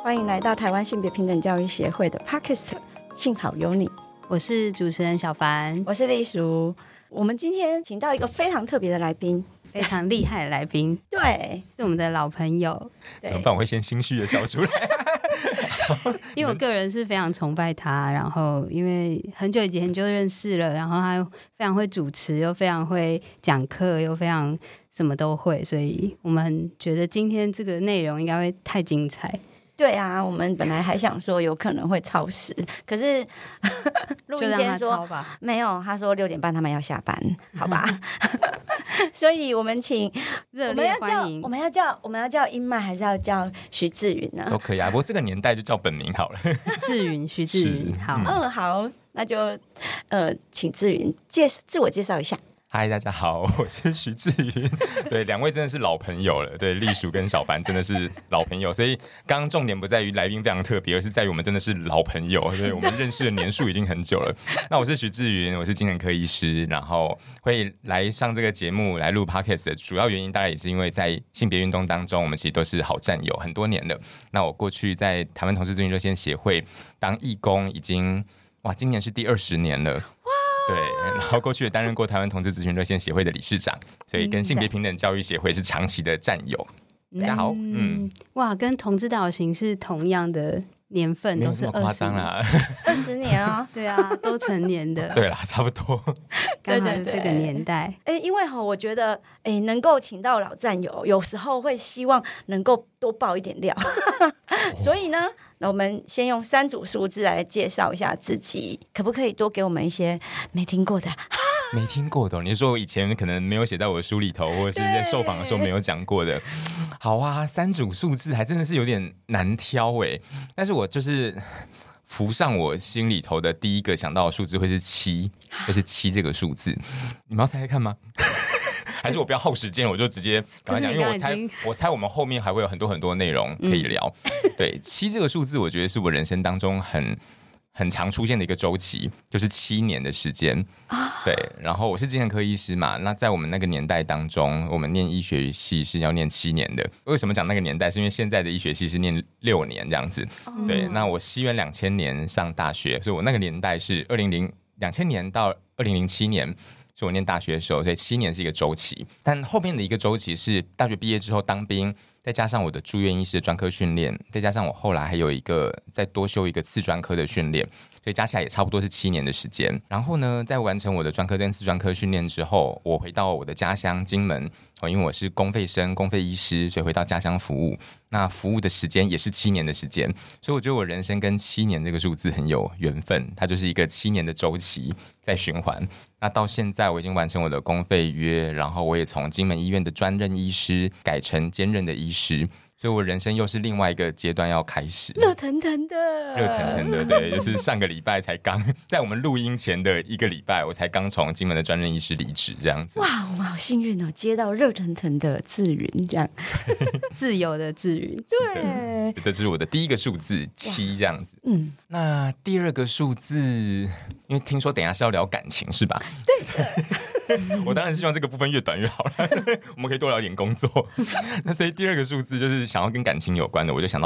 欢迎来到台湾性别平等教育协会的 Podcast 幸好有你。 我是主持人小凡， 我是丽淑。我们今天请到一个非常特别的来宾， 非常厉害的来宾， 对， 是我们的老朋友。 怎么办？我会先心虚的笑出来。 因为我个人是非常崇拜他，然后因为很久以前就认识了，然后他又非常会主持，又非常会讲课，又非常什么都会，所以我们觉得今天这个内容应该会太精彩。 对啊，我们本来还想说有可能会超时，可是录音间说没有，他说6点半他们要下班，好吧？所以我们请热烈欢迎。 我们要叫英麦还是要叫徐志云呢？ 都可以啊，不过这个年代就叫本名好了。 志云，徐志云，好， 好，那就请志云自我介绍一下。 嗨，大家好，我是徐志云。对，两位真的是老朋友了。对，丽淑跟小凡真的是老朋友，所以刚刚重点不在于来宾非常特别，而是在于我们真的是老朋友，对，我们认识的年数已经很久了。那我是徐志云，我是精神科医师，然后会来上这个节目来录 podcast 的主要原因，大概也是因为在性别运动当中，我们其实都是好战友很多年了。那我过去在台湾同志咨询热线协会当义工，已经今年是第20年了。对，然后过去也担任过台湾同志咨询热线协会的理事长，所以跟性别平等教育协会是长期的战友。大家好， 哇，跟同志大游行是同样的年份， 没有这么夸张啦 ，20年啊， 对啊，都成年的， 对啦，差不多， 刚好是这个年代。 因为我觉得能够请到老战友，有时候会希望能够多爆一点料，所以呢。那我们先用3组数字来介绍一下自己，可不可以多给我们一些没听过的？ 没听过的，你说我以前可能没有写在我的书里头，或者是在受访的时候没有讲过的。好啊，3组数字还真的是有点难挑哎，但是我就是浮上我心里头的第一个想到的数字会是7，就是7这个数字。你们要猜猜看吗？还是我不要耗时间，我就直接赶快讲，因为我猜我们后面还会有很多很多内容可以聊。对，7这个数字，我觉得是我人生当中很常出现的一个周期，就是7年的时间。对，然后我是精神科医师嘛，那在我们那个年代当中，我们念医学系是要念7年的。为什么讲那个年代？是因为现在的医学系是念6年这样子。对，那我西元2000年上大学，所以我那个年代是2000年到2007年。是我念大学的时候，所以7年是一个周期，但后面的一个周期是大学毕业之后当兵，再加上我的住院医师的专科训练，再加上我后来还有再多修一个次专科的训练，所以加起来也差不多是7年的时间。然后呢，在完成我的专科跟次专科训练之后，我回到我的家乡金门，因为我是公费生、公费医师，所以回到家乡服务。那服务的时间也是7年的时间，所以我觉得我人生跟7年这个数字很有缘分，它就是一个7年的周期在循环。那到现在我已经完成我的公费约，然后我也从金门医院的专任医师改成兼任的医师，所以我人生又是另外一个阶段要开始， 热腾腾的， 对，就是上个礼拜才刚在我们录音前的1个礼拜，我才刚从金门的专任医师离职，这样子。 哇，我们好幸运哦，接到热腾腾的志云，这样自由的志云， 对， 这是我的第一个数字7，这样子。那第2个数字，因为听说等一下是要聊感情，是吧？ 对的。 我当然是希望这个部分越短越好了，我们可以多聊点工作。那所以第2个数字就是想要跟感情有关的，我就想到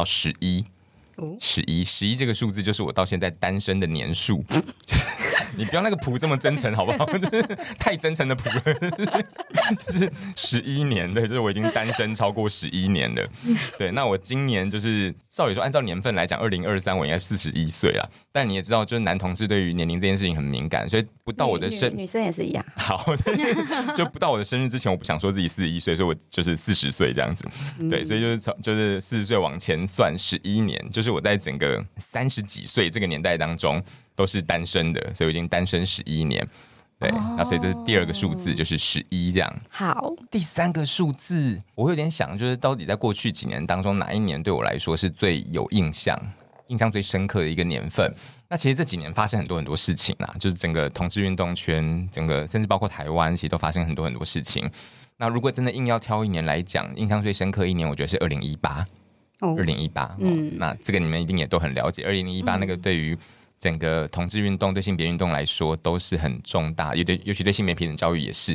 11这个数字就是我到现在单身的年数。你不要那个谱这么真诚好不好？太真诚的谱了。就是11年，对，就是我已经单身超过11年了。对，那我今年就是照理说按照年份来讲，2023我应该41岁了。但你也知道，就是男同志对于年龄这件事情很敏感，所以不到我的女生也是一样。 好，就不到我的生日之前，我不想说自己41岁，所以我就是40岁这样子。对，所以就是40岁往前算11年，就是我在整个30几岁这个年代当中都是单身的，所以我已经单身11年。对，那所以这是第2个数字，就是11这样。 好， 第3个数字，我有点想，就是到底在过去几年当中，哪一年对我来说是最有印象最深刻的一个年份？那其实这几年发生很多很多事情啦，就是整个同志运动圈，整个甚至包括台湾，其实都发生很多很多事情。那如果真的硬要挑一年来讲，印象最深刻一年，我觉得是2018。那这个你们一定也都很了解。2018那个对于整个同志运动对性别运动来说都是很重大，尤其对性别平等教育也是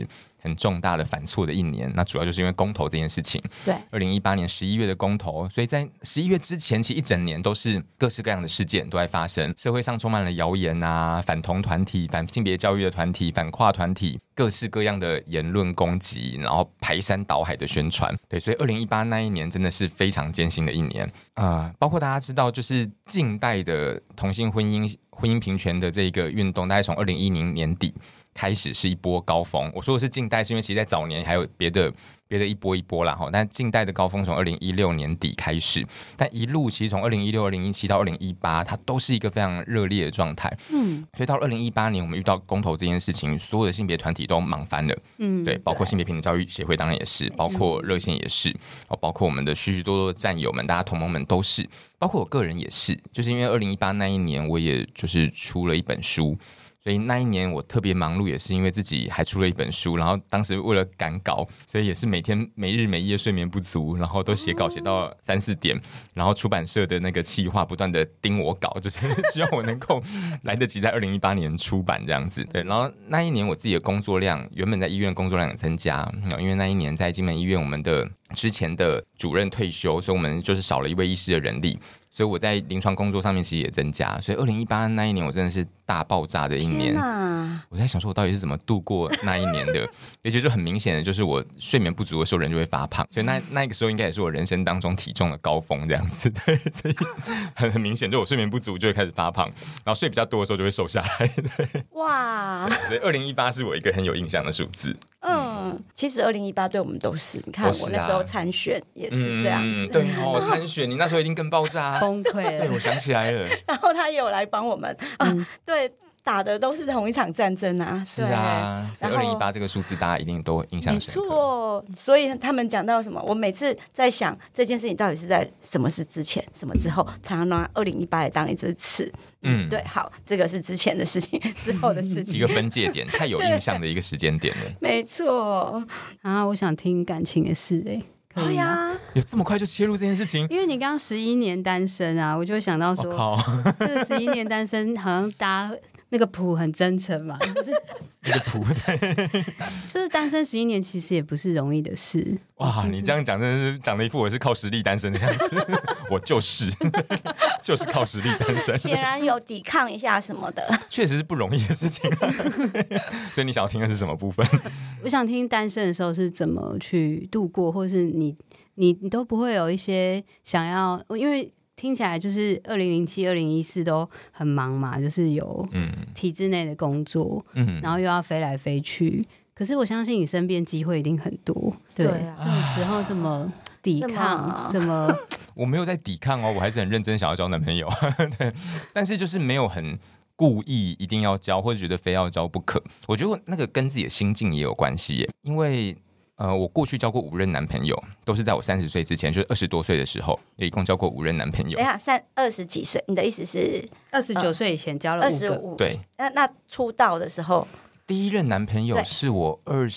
很重大的犯错的一年，那主要就是因为公投这件事情。 对 ，2018年11月的公投，所以在11月之前，其实一整年都是各式各样的事件都在发生，社会上充满了谣言啊，反同团体、反性别教育的团体、反跨团体，各式各样的言论攻击，然后排山倒海的宣传。对，所以2018那一年真的是非常艰辛的一年。包括大家知道，就是近代的同性婚姻平权的这个运动，大概从2010年底开始是一波高峰。我说的是近代，是因为其实在早年还有别的一波一波啦，但近代的高峰从2016年底开始，但一路其实从2016、2017到2018，它都是一个非常热烈的状态。所以到2018年，我们遇到公投这件事情，所有的性别团体都忙翻了。对，包括性别平等教育协会当然也是，包括热线也是，包括我们的许许多多的战友们，大家同盟们都是，包括我个人也是，就是因为2018那一年，我也就是出了一本书。所以那一年我特别忙碌，也是因为自己还出了一本书，然后当时为了赶稿，所以也是每天没日没夜睡眠不足，然后都写稿写到3、4点，然后出版社的那个企划不断的盯我稿，就是希望我能够来得及在2018年出版这样子。对，然后那一年我自己的工作量，原本在医院工作量有增加，因为那一年在金门医院我们的之前的主任退休，所以我们就是少了一位医师的人力。所以我在临床工作上面其实也增加，所以2018那一年我真的是大爆炸的一年。我在想说我到底是怎么度过那一年的，而且就很明显的就是我睡眠不足的时候人就会发胖，所以那个时候应该也是我人生当中体重的高峰这样子。对，所以很明显就我睡眠不足就会开始发胖，然后睡比较多的时候就会瘦下来。对， 哇， 所以2018是我一个很有印象的数字。 其实2018对我们都是，你看我那时候参选也是这样子。 对哦，参选你那时候一定更爆炸， 崩溃了。 对，我想起来了。 然后他也有来帮我们对，打的都是同一场战争啊。 是啊，所以2018这个数字大家一定都印象深刻。 没错，所以他们讲到什么，我每次在想这件事情到底是在什么事之前，什么之后，常常拿2018来当一支刺。对，好，这个是之前的事情，之后的事情， 一个分界点，太有印象的一个时间点了。 没错啊，我想听感情的事可以吗？ 有这么快就切入这件事情？ 因为你刚刚11年单身啊，我就想到说，这个11年单身好像大家那个谱很真诚嘛， 那个谱就是单身11年其实也不是容易的事。 哇，你这样讲真的是讲了一副我是靠实力单身的样子。我就是靠实力单身， 显然有抵抗一下什么的， 确实是不容易的事情。所以你想要听的是什么部分？ 我想听单身的时候是怎么去度过，或是你都不会有一些想要，因为听起来就是2007、2014都很忙嘛，就是有体制内的工作，然后又要飞来飞去。可是我相信你身边机会一定很多，对啊，这种时候怎么抵抗？怎么？ 我没有在抵抗哦，我还是很认真想要交男朋友，对，但是就是没有很故意一定要交，或者觉得非要交不可。我觉得那个跟自己的心境也有关系耶，因为我过去交过5任男朋友，都是在我30岁之前，就是20多岁的时候，也一共交过5任男朋友。 等一下，20几岁，你的意思是 29岁以前交了5个？ 对。 那出道的时候， 第一任男朋友是我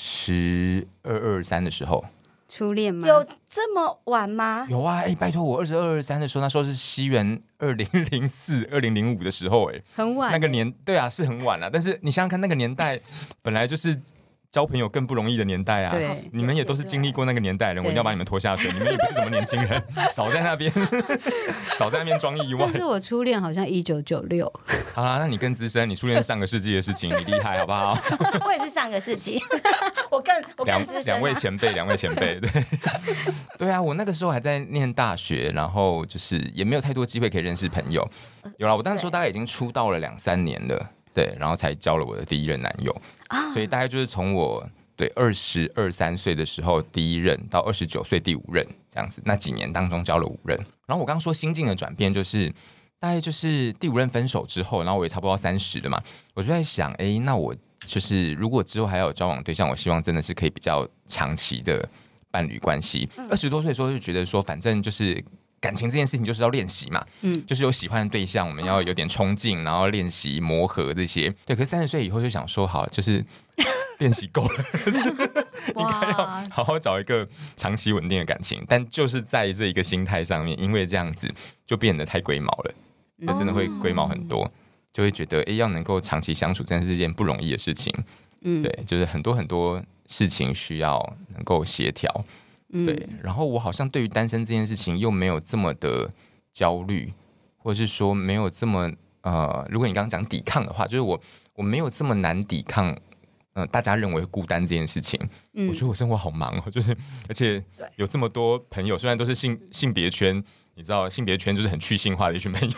22、23的时候。 初恋吗？ 有这么晚吗？ 有啊，拜托我22、23的时候，那时候是西元2004、2005的时候， 很晚。 那个年，对啊，是很晚啊。但是你想想看，那个年代本来就是交朋友更不容易的年代啊！ 对， 你们也都是经历过那个年代的人，我一定要把你们拖下水。你们也不是什么年轻人，少在那边装意外。 但是我初恋好像1996。 好啦，那你更资深，你初恋上个世纪的事情，你厉害好不好？ 我也是上个世纪，我更资深两位前辈，对啊，我那个时候还在念大学，然后就是也没有太多机会可以认识朋友。有啦，我当时说大概已经出道了2、3年了。对，然后才交了我的第一任男友，所以大概就是从我22、23岁的时候第一任到29岁第5任这样子，那几年当中交了5任。然后我刚刚说心境的转变，就是大概就是第5任分手之后，然后我也差不多30了嘛，我就在想，那我就是如果之后还有交往对象，我希望真的是可以比较长期的伴侣关系。20多岁的时候就觉得说，反正就是感情这件事情就是要练习嘛，就是有喜欢的对象，我们要有点冲劲，然后练习磨合这些。对，可是30岁以后就想说，好，就是练习够了，应该要好好找一个长期稳定的感情。但就是在这一个心态上面，因为这样子就变得太龟毛了，就真的会龟毛很多，就会觉得要能够长期相处，真的是一件不容易的事情。 对，就是很多很多事情需要能够协调，对。然后我好像对于单身这件事情又没有这么的焦虑，或者是说没有这么如果你刚刚讲抵抗的话，就是我没有这么难抵抗。大家认为孤单这件事情，我觉得我生活好忙哦，就是而且有这么多朋友，虽然都是性别圈，你知道性别圈就是很去性化的一群朋友，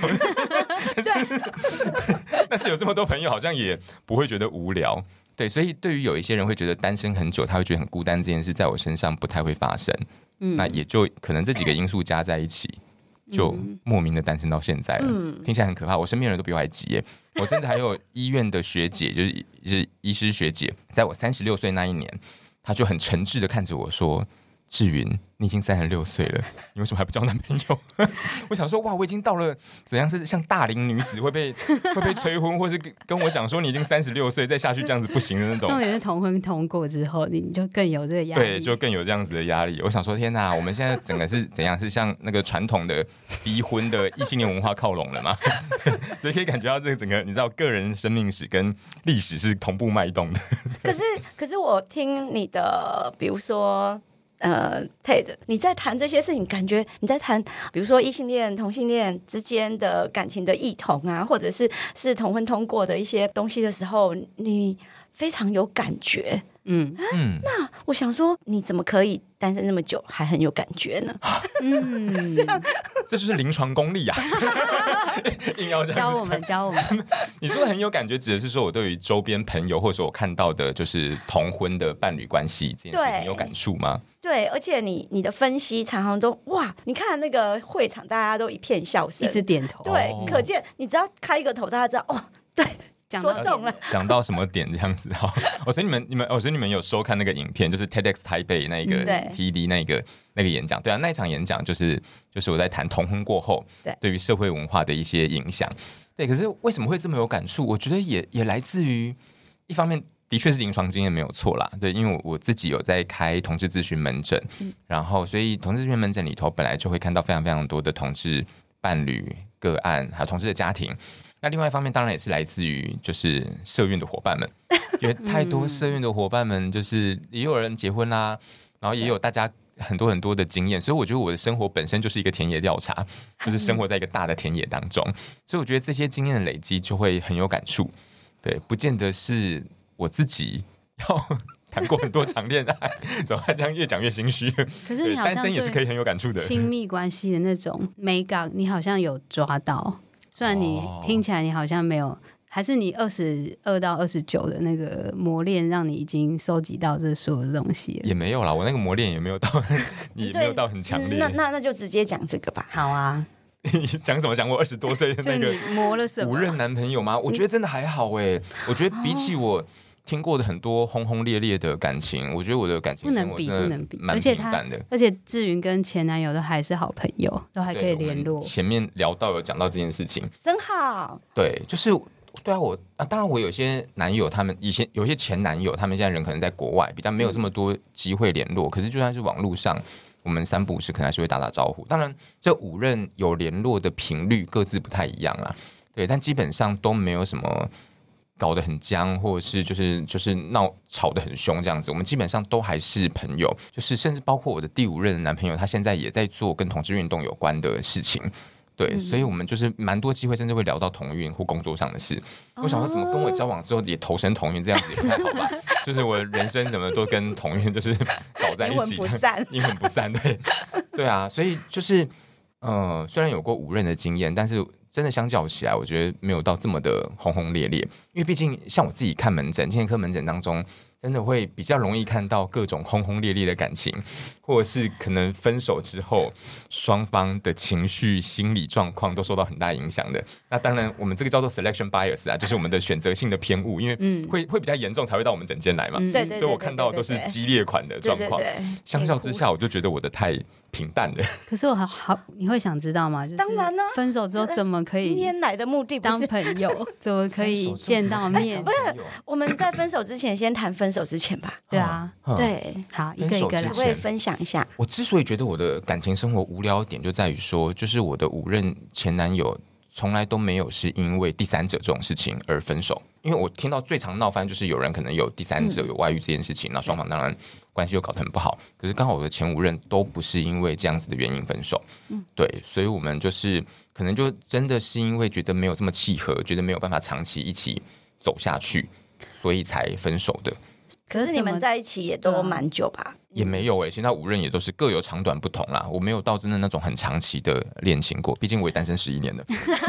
但是有这么多朋友好像也不会觉得无聊，对，所以对于有一些人会觉得单身很久，他会觉得很孤单这件事，在我身上不太会发生，那也就可能这几个因素加在一起。就莫名的单身到现在了，听起来很可怕。我身边人都比我还急耶，我甚至还有医院的学姐，就是医师学姐，在我36岁那一年，她就很诚挚的看着我说：“志云，你已经36岁了，你为什么还不交男朋友？”我想说，哇，我已经到了怎样是像大龄女子会被催婚，或是跟我讲说你已经36岁，再下去这样子不行的那种。 重点是同婚通过之后，你就更有这个压力， 对，就更有这样子的压力。我想说，天哪，我们现在整个是怎样？是像那个传统的逼婚的异性恋文化靠拢了吗？所以可以感觉到这个整个，你知道，个人生命史跟历史是同步脉动的。 可是我听你的，比如说。Ted， 你在谈这些事情，感觉你在谈，比如说异性恋、同性恋之间的感情的异同啊，或者是同婚通过的一些东西的时候，你非常有感觉。那我想说，你怎么可以单身那么久还很有感觉呢？ 这就是临床功力啊！硬要这样教我们。 你说的很有感觉，指的是说我对于周边朋友，或者说我看到的就是同婚的伴侣关系这件事情有感触吗？ 对，而且你的分析常常都哇，你看那个会场大家都一片笑声， 一直点头。 对，可见你只要开一个头，大家知道哦，对。说中了， 讲到什么点这样子哈？所以你们有收看那个影片，就是 TEDx 台北那个 TED 那个演讲，对啊，那一场演讲就是我在谈同婚过后对于社会文化的一些影响，对，可是为什么会这么有感触？我觉得也来自于一方面的确是临床经验没有错啦，对，因为我自己有在开同志咨询门诊，然后所以同志咨询门诊里头本来就会看到非常非常多的同志伴侣个案，还有同志的家庭。那另外一方面当然也是来自于就是社运的伙伴们，因为太多社运的伙伴们就是也有人结婚啦，然后也有大家很多很多的经验，所以我觉得我的生活本身就是一个田野调查，就是生活在一个大的田野当中，所以我觉得这些经验的累积就会很有感触，对，不见得是我自己要谈过很多场恋爱，怎么这样越讲越心虚？可是你好像单身也是可以很有感触的， 亲密关系的那种美感，你好像有抓到。虽然你听起来你好像没有，还是你22到29的那个磨练，让你已经收集到这所有的东西了。 也没有啦，我那个磨练也没有到，也没有到很强烈。 那就直接讲这个吧。 好啊， 讲什么？讲我20多岁的那个磨了什么？ 5任男朋友吗？我觉得真的还好哎，我觉得比起我听过的很多轰轰烈烈的感情，我觉得我的感情生活真的蛮平淡的。 而且志云跟前男友都还是好朋友，都还可以联络。 前面聊到有讲到这件事情， 真好。 对，就是对啊，当然我有些男友，他们以前有一些前男友，他们现在人可能在国外，比较没有这么多机会联络。可是就算是网络上，我们3不5时可能还是会打招呼。当然，这5任有联络的频率各自不太一样啦，对，但基本上都没有什么搞得很僵，或者是就是吵得很凶这样子，我们基本上都还是朋友，就是甚至包括我的第5任的男朋友，他现在也在做跟同志运动有关的事情，对，所以我们就是蛮多机会，甚至会聊到同运或工作上的事。我想说，怎么跟我交往之后也投身同运，这样子也不太好吧？就是我的人生怎么都跟同运就是搞在一起，阴魂不散，对啊，所以就是虽然有过5任的经验，但是真的相较起来，我觉得没有到这么的轰轰烈烈，因为毕竟像我自己看门诊，精神科门诊当中，真的会比较容易看到各种轰轰烈烈的感情，或者是可能分手之后双方的情绪、心理状况都受到很大影响的。那当然，我们这个叫做 selection bias 啊，就是我们的选择性的偏误，因为会比较严重才会到我们诊间来嘛。所以我看到的都是激烈款的状况。相较之下，我就觉得我的太平淡了。 可是我好，你会想知道吗？就是当然呢， 分手之后怎么可以？ 今天来的目的不是当朋友，怎么可以见到面？ 不是，我们在分手之前先谈分手之前吧。 对啊， 对， 好，一个一个来， 我也分享一下。 我之所以觉得我的感情生活无聊点，就在于说，就是我的5任前男友从来都没有是因为第三者这种事情而分手。因为我听到最常闹翻就是有人可能有第三者有外遇这件事情，那双方当然关系又搞得很不好。可是刚好我的前5任都不是因为这样子的原因分手，对，所以我们就是可能就真的是因为觉得没有这么契合，觉得没有办法长期一起走下去，所以才分手的。 可是你们在一起也都蛮久吧？ 也没有现在5任也都是各有长短不同啦。我没有到真的那种很长期的恋情过，毕竟我也单身11年了。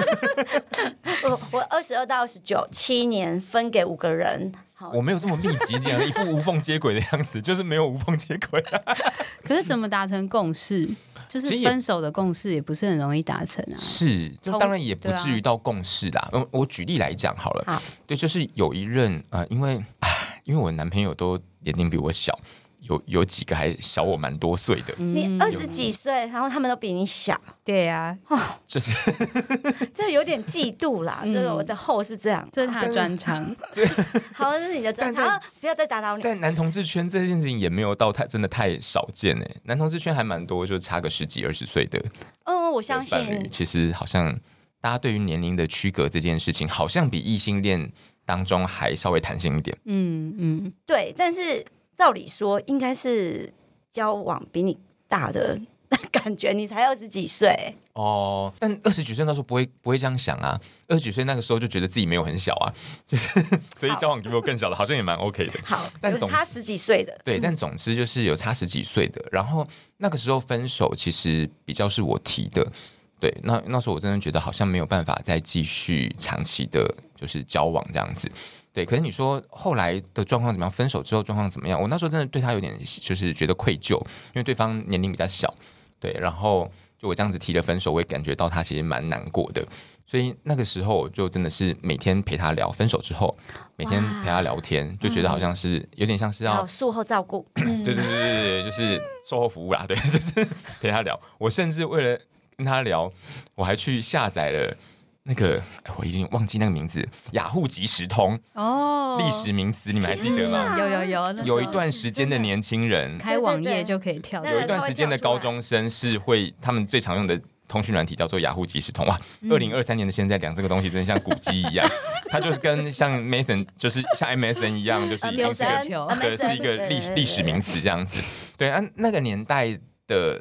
我22到29，7年分给5个人。 我没有这么密集，这样一副无缝接轨的样子，就是没有无缝接轨可是怎么达成共识？就是分手的共识也不是很容易达成啊。 是，就当然也不至于到共识啦。我举例来讲好了，对，就是有一任因为我男朋友都年龄比我小。有几个还小我蛮多岁的， 你20几岁，然后他们都比你小， 对呀， 就是这有点嫉妒啦。这个我的后是这样， 这是他的专长。 好，这是你的专长，不要再打扰你。 在男同志圈这件事情也没有到真的太少见男同志圈还蛮多，就差个10几20岁的。 我相信， 其实好像大家对于年龄的区隔这件事情，好像比异性恋当中还稍微弹性一点。 对，但是。照理说应该是交往比你大的感觉，你才20几岁但20几岁那时候不会这样想啊。20几岁那个时候就觉得自己没有很小啊，就是所以交往比我更小的，好像也蛮 OK 的。 好，但差10几岁的， 对，但总之就是有差10几岁的。然后那个时候分手其实比较是我提的，对，那时候我真的觉得好像没有办法再继续长期的，就是交往这样子。对，可是你说后来的状况怎么样？分手之后状况怎么样？我那时候真的对他有点就是觉得愧疚，因为对方年龄比较小，对，然后就我这样子提了分手，我也感觉到他其实蛮难过的，所以那个时候我就真的是每天陪他聊，分手之后每天陪他聊天，就觉得好像是有点像是要术后照顾， 对，就是售后服务啦，对，就是陪他聊。我甚至为了跟他聊，我还去下载了。那个我已经忘记那个名字，雅虎即时通历史名词，你们还记得吗？有一段时间的年轻人开网页就可以跳， 有一段时间的高中生是会他们最常用的通讯软体叫做雅虎即时通。哇，2023年的现在讲这个东西真的像古迹一样，它就是跟像 Mason 就是像 MSN 一样，就是已经是一个历史名词这样子。对啊，那个年代的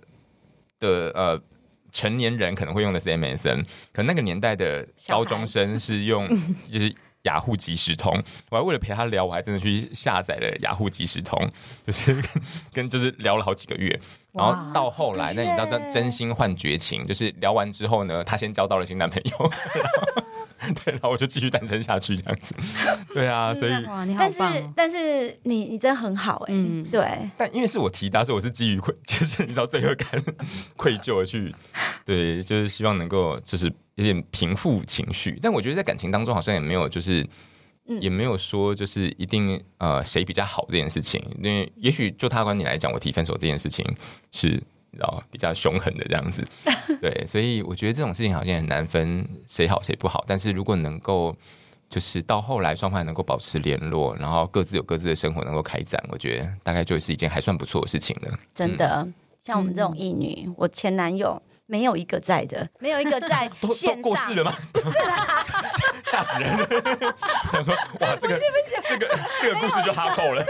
成年人可能会用的是 MSN， 可能那个年代的高中生是用就是雅虎即时通。我还为了陪他聊，我还真的去下载了雅虎即时通，就是就是聊了好几个月。然后到后来，那你知道真心换绝情，就是聊完之后呢，他先交到了新男朋友。对，然后我就继续单身下去这样子。对啊，所以哇，你好棒但是你真的很好对。 但因为是我提的，所以我是基于就是你知道罪恶感、愧疚而去，对，就是希望能够就是有点平复情绪。但我觉得在感情当中好像也没有就是也没有说就是一定谁比较好这件事情，因为也许就他观点来讲，我提分手这件事情是。比较凶狠的这样子，对，所以我觉得这种事情好像很难分谁好谁不好。但是如果能够就是到后来双方能够保持联络，然后各自有各自的生活能够开展，我觉得大概就是一件还算不错的事情了。 真的，像我们这种异女，我前男友没有一个在的，没有一个在线上都过世了吗？ 不是啦， 吓死人！我说哇，这个故事就哈扣了。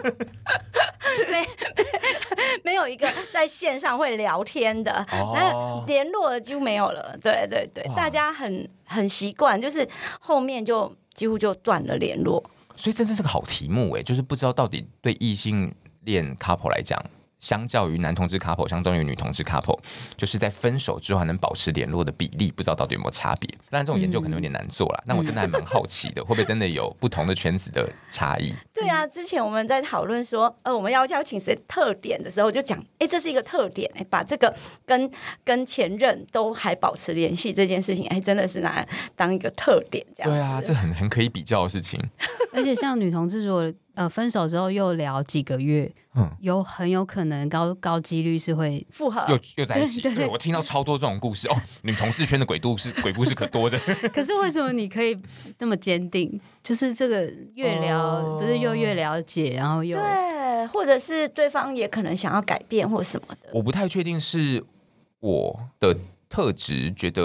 没有一个在线上会聊天的，那联络的几乎没有了。对，大家很习惯，就是后面就几乎就断了联络。 所以这真是个好题目就是不知道到底对异性恋 couple 来讲。相较于男同志 couple， 相较于女同志 couple， 就是在分手之后还能保持联络的比例，不知道到底有没有差别。当然，这种研究可能有点难做啦。但我真的还蛮好奇的，会不会真的有不同的圈子的差异？ 对啊，之前我们在讨论说，我们要邀请谁特点的时候，就讲，这是一个特点，把这个跟前任都还保持联系这件事情，真的是拿来当一个特点这样子。 对啊，这很可以比较的事情。 而且像女同志如果分手之后又聊几个月，很有可能高几率是会复合， 又在一起。对，我听到超多这种故事女同志圈的鬼故事可多着。 可是为什么你可以那么坚定？就是这个越聊，不是又越了解，然后又对，或者是对方也可能想要改变或什么的。 我不太确定是我的特质觉得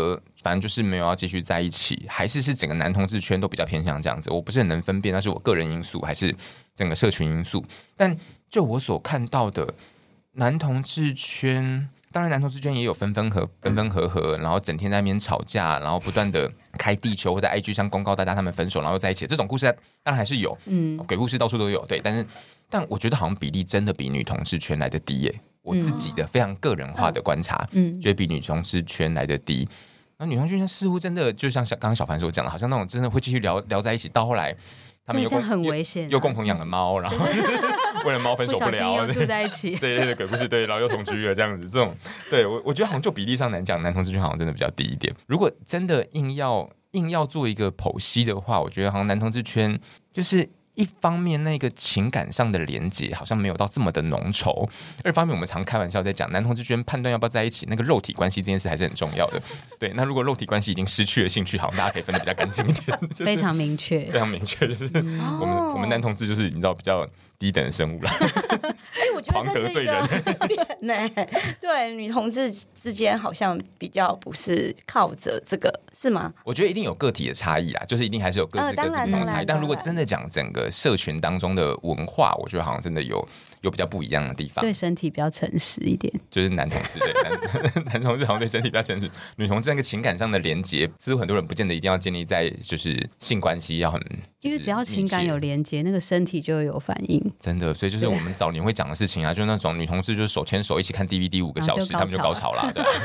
反正就是没有要继续在一起，还是整个男同志圈都比较偏向这样子，我不是很能分辨，那是我个人因素还是整个社群因素。但就我所看到的男同志圈，当然男同志圈也有分分合合，然后整天在那边吵架，然后不断的开地球或者 IG 上公告大家他们分手然后在一起，这种故事当然还是有，鬼故事到处都有，对，但我觉得好像比例真的比女同志圈来的低耶，我自己的非常个人化的观察，觉得比女同志圈来的低。然后女同志圈似乎真的就像刚刚小凡所讲的，好像那种真的会继续聊在一起，到后来他们这样很危险， 又共同养了猫，然后为了猫分手不了， 不小心又住在一起， 这一类的鬼故事，对，然后又同居了这样子，这种对我觉得好像就比例上来讲，男同志圈好像真的比较低一点。如果真的硬要做一个剖析的话，我觉得好像男同志圈就是一方面那个情感上的连结好像没有到这么的浓稠，二方面我们常开玩笑在讲男同志圈判断要不要在一起，那个肉体关系这件事还是很重要的。对，那如果肉体关系已经失去了兴趣，好像大家可以分得比较干净一点，就是、 非常明确， 非常明确，就是我们男同志就是你知道比较低等的生物啦。 我觉得这是一个点对，女同志之间好像比较不是靠着这个，是吗？ 我觉得一定有个体的差异啦，就是一定还是有各自不同的差异。但如果真的讲整个社群当中的文化，我觉得好像真的有比较不一样的地方。 对身体比较诚实一点， 就是男同志对男同志好像对身体比较诚实，女同志那个情感上的连结，其实很多人不见得一定要建立在就是性关系要很， 因为只要情感有连结，那个身体就会有反应。 真的，所以就是我们早年会讲的事情啊，就是那种女同志就是手牵手一起看 DVD 5个小时，他们就高潮啦，对啊。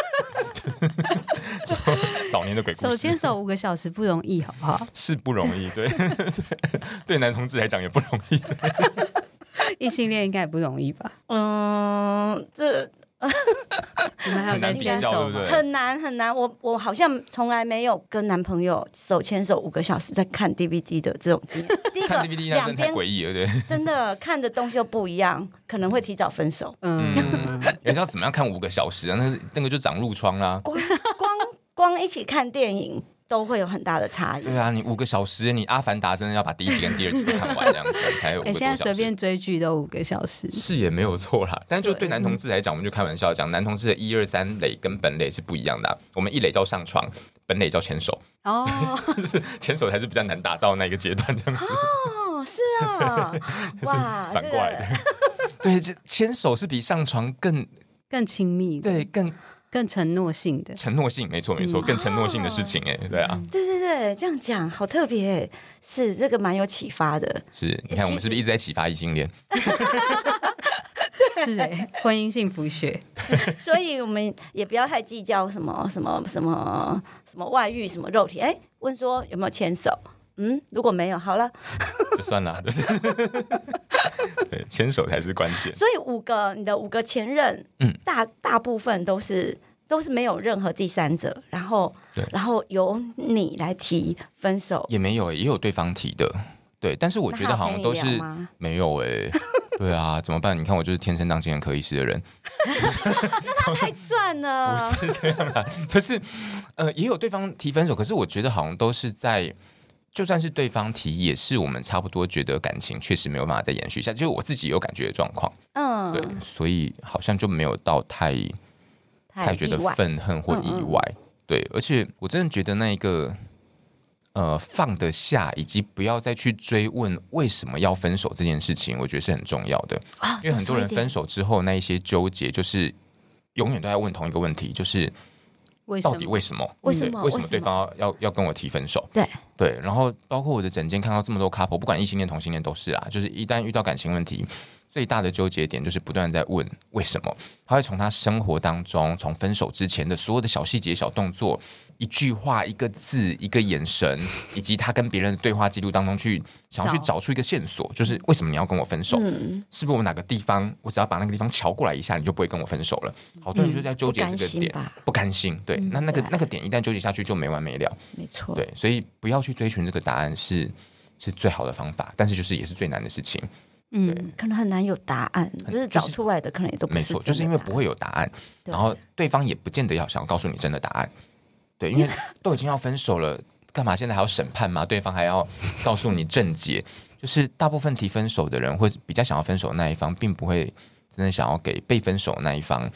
就早年的鬼故事， 手牵手5个小时不容易，好不好？ 是不容易，对对男同志来讲也不容易。 异性恋应该也不容易吧？ 这你们还有在牵手吗？ 很难。我好像从来没有跟男朋友手牵手5个小时在看 DVD 的这种经验。第一个看 DVD 那真的太诡异了，对， 真的看的东西都不一样，可能会提早分手。 你知道怎么样看5个小时啊？那个就长褥疮啦。 光一起看电影都会有很大的差异。 对啊，你5个小时，你《阿凡达》真的要把第1集跟第2集都看完这样子才有5个多小时。 现在随便追剧都5个小时， 是也没有错啦。但是就对男同志来讲，我们就开玩笑讲，男同志的1、2、3垒跟本垒是不一样的我们一垒叫上床，本垒叫牵手。 哦， 牵手才是比较难达到那个阶段这样子。 哦，是啊，哇， 反过来的。对，牵手是比上床更亲密的， 对，更承诺性的， 承诺性，没错，更承诺性的事情对啊， 对，这样讲好特别是这个蛮有启发的。 是，你看我们是不是一直在启发异性恋？ 是婚姻幸福学。 所以我们也不要太计较什么外遇什么肉体。问说有没有牵手？如果没有，好了， 就算了，就是对，牵手才是关键。 所以你的5个前任，大部分都是没有任何第三者，然后由你来提分手， 也没有，也有对方提的，对，但是我觉得好像都是没有对啊，怎么办？你看我就是天生当精神科医师的人， 那他太赚了， 不是这样啦，就是也有对方提分手，可是我觉得好像都是在。就算是对方提，也是我们差不多觉得感情确实没有办法再延续下去，就是我自己有感觉的状况。对，所以好像就没有到太觉得愤恨或意外。对，而且我真的觉得那一个放得下，以及不要再去追问为什么要分手这件事情，我觉得是很重要的。因为很多人分手之后那一些纠结，就是永远都在问同一个问题，就是到底为什么？为什么对方要跟我提分手？对，然后包括我的诊间看到这么多 couple， 不管异性恋同性恋都是啊，就是一旦遇到感情问题，最大的纠结点就是不断在问为什么。他会从他生活当中，从分手之前的所有的小细节、小动作，一句话、一个字、一个眼神，以及他跟别人的对话记录当中想要去找出一个线索，就是为什么你要跟我分手？是不是我哪个地方，我只要把那个地方瞧过来一下，你就不会跟我分手了？好多人就在纠结这个点，不甘心。对，那个点一旦纠结下去，就没完没了。 没错。 对，所以不要去追寻这个答案是最好的方法，但是就是也是最难的事情。 可能很难有答案，就是找出来的可能也都不是真的答案。 没错，就是因为不会有答案，然后对方也不见得想要告诉你真的答案。对，因为都已经要分手了，干嘛现在还要审判吗？对方还要告诉你正解，就是大部分提分手的人会比较想要分手的那一方，并不会真的想要给被分手的那一方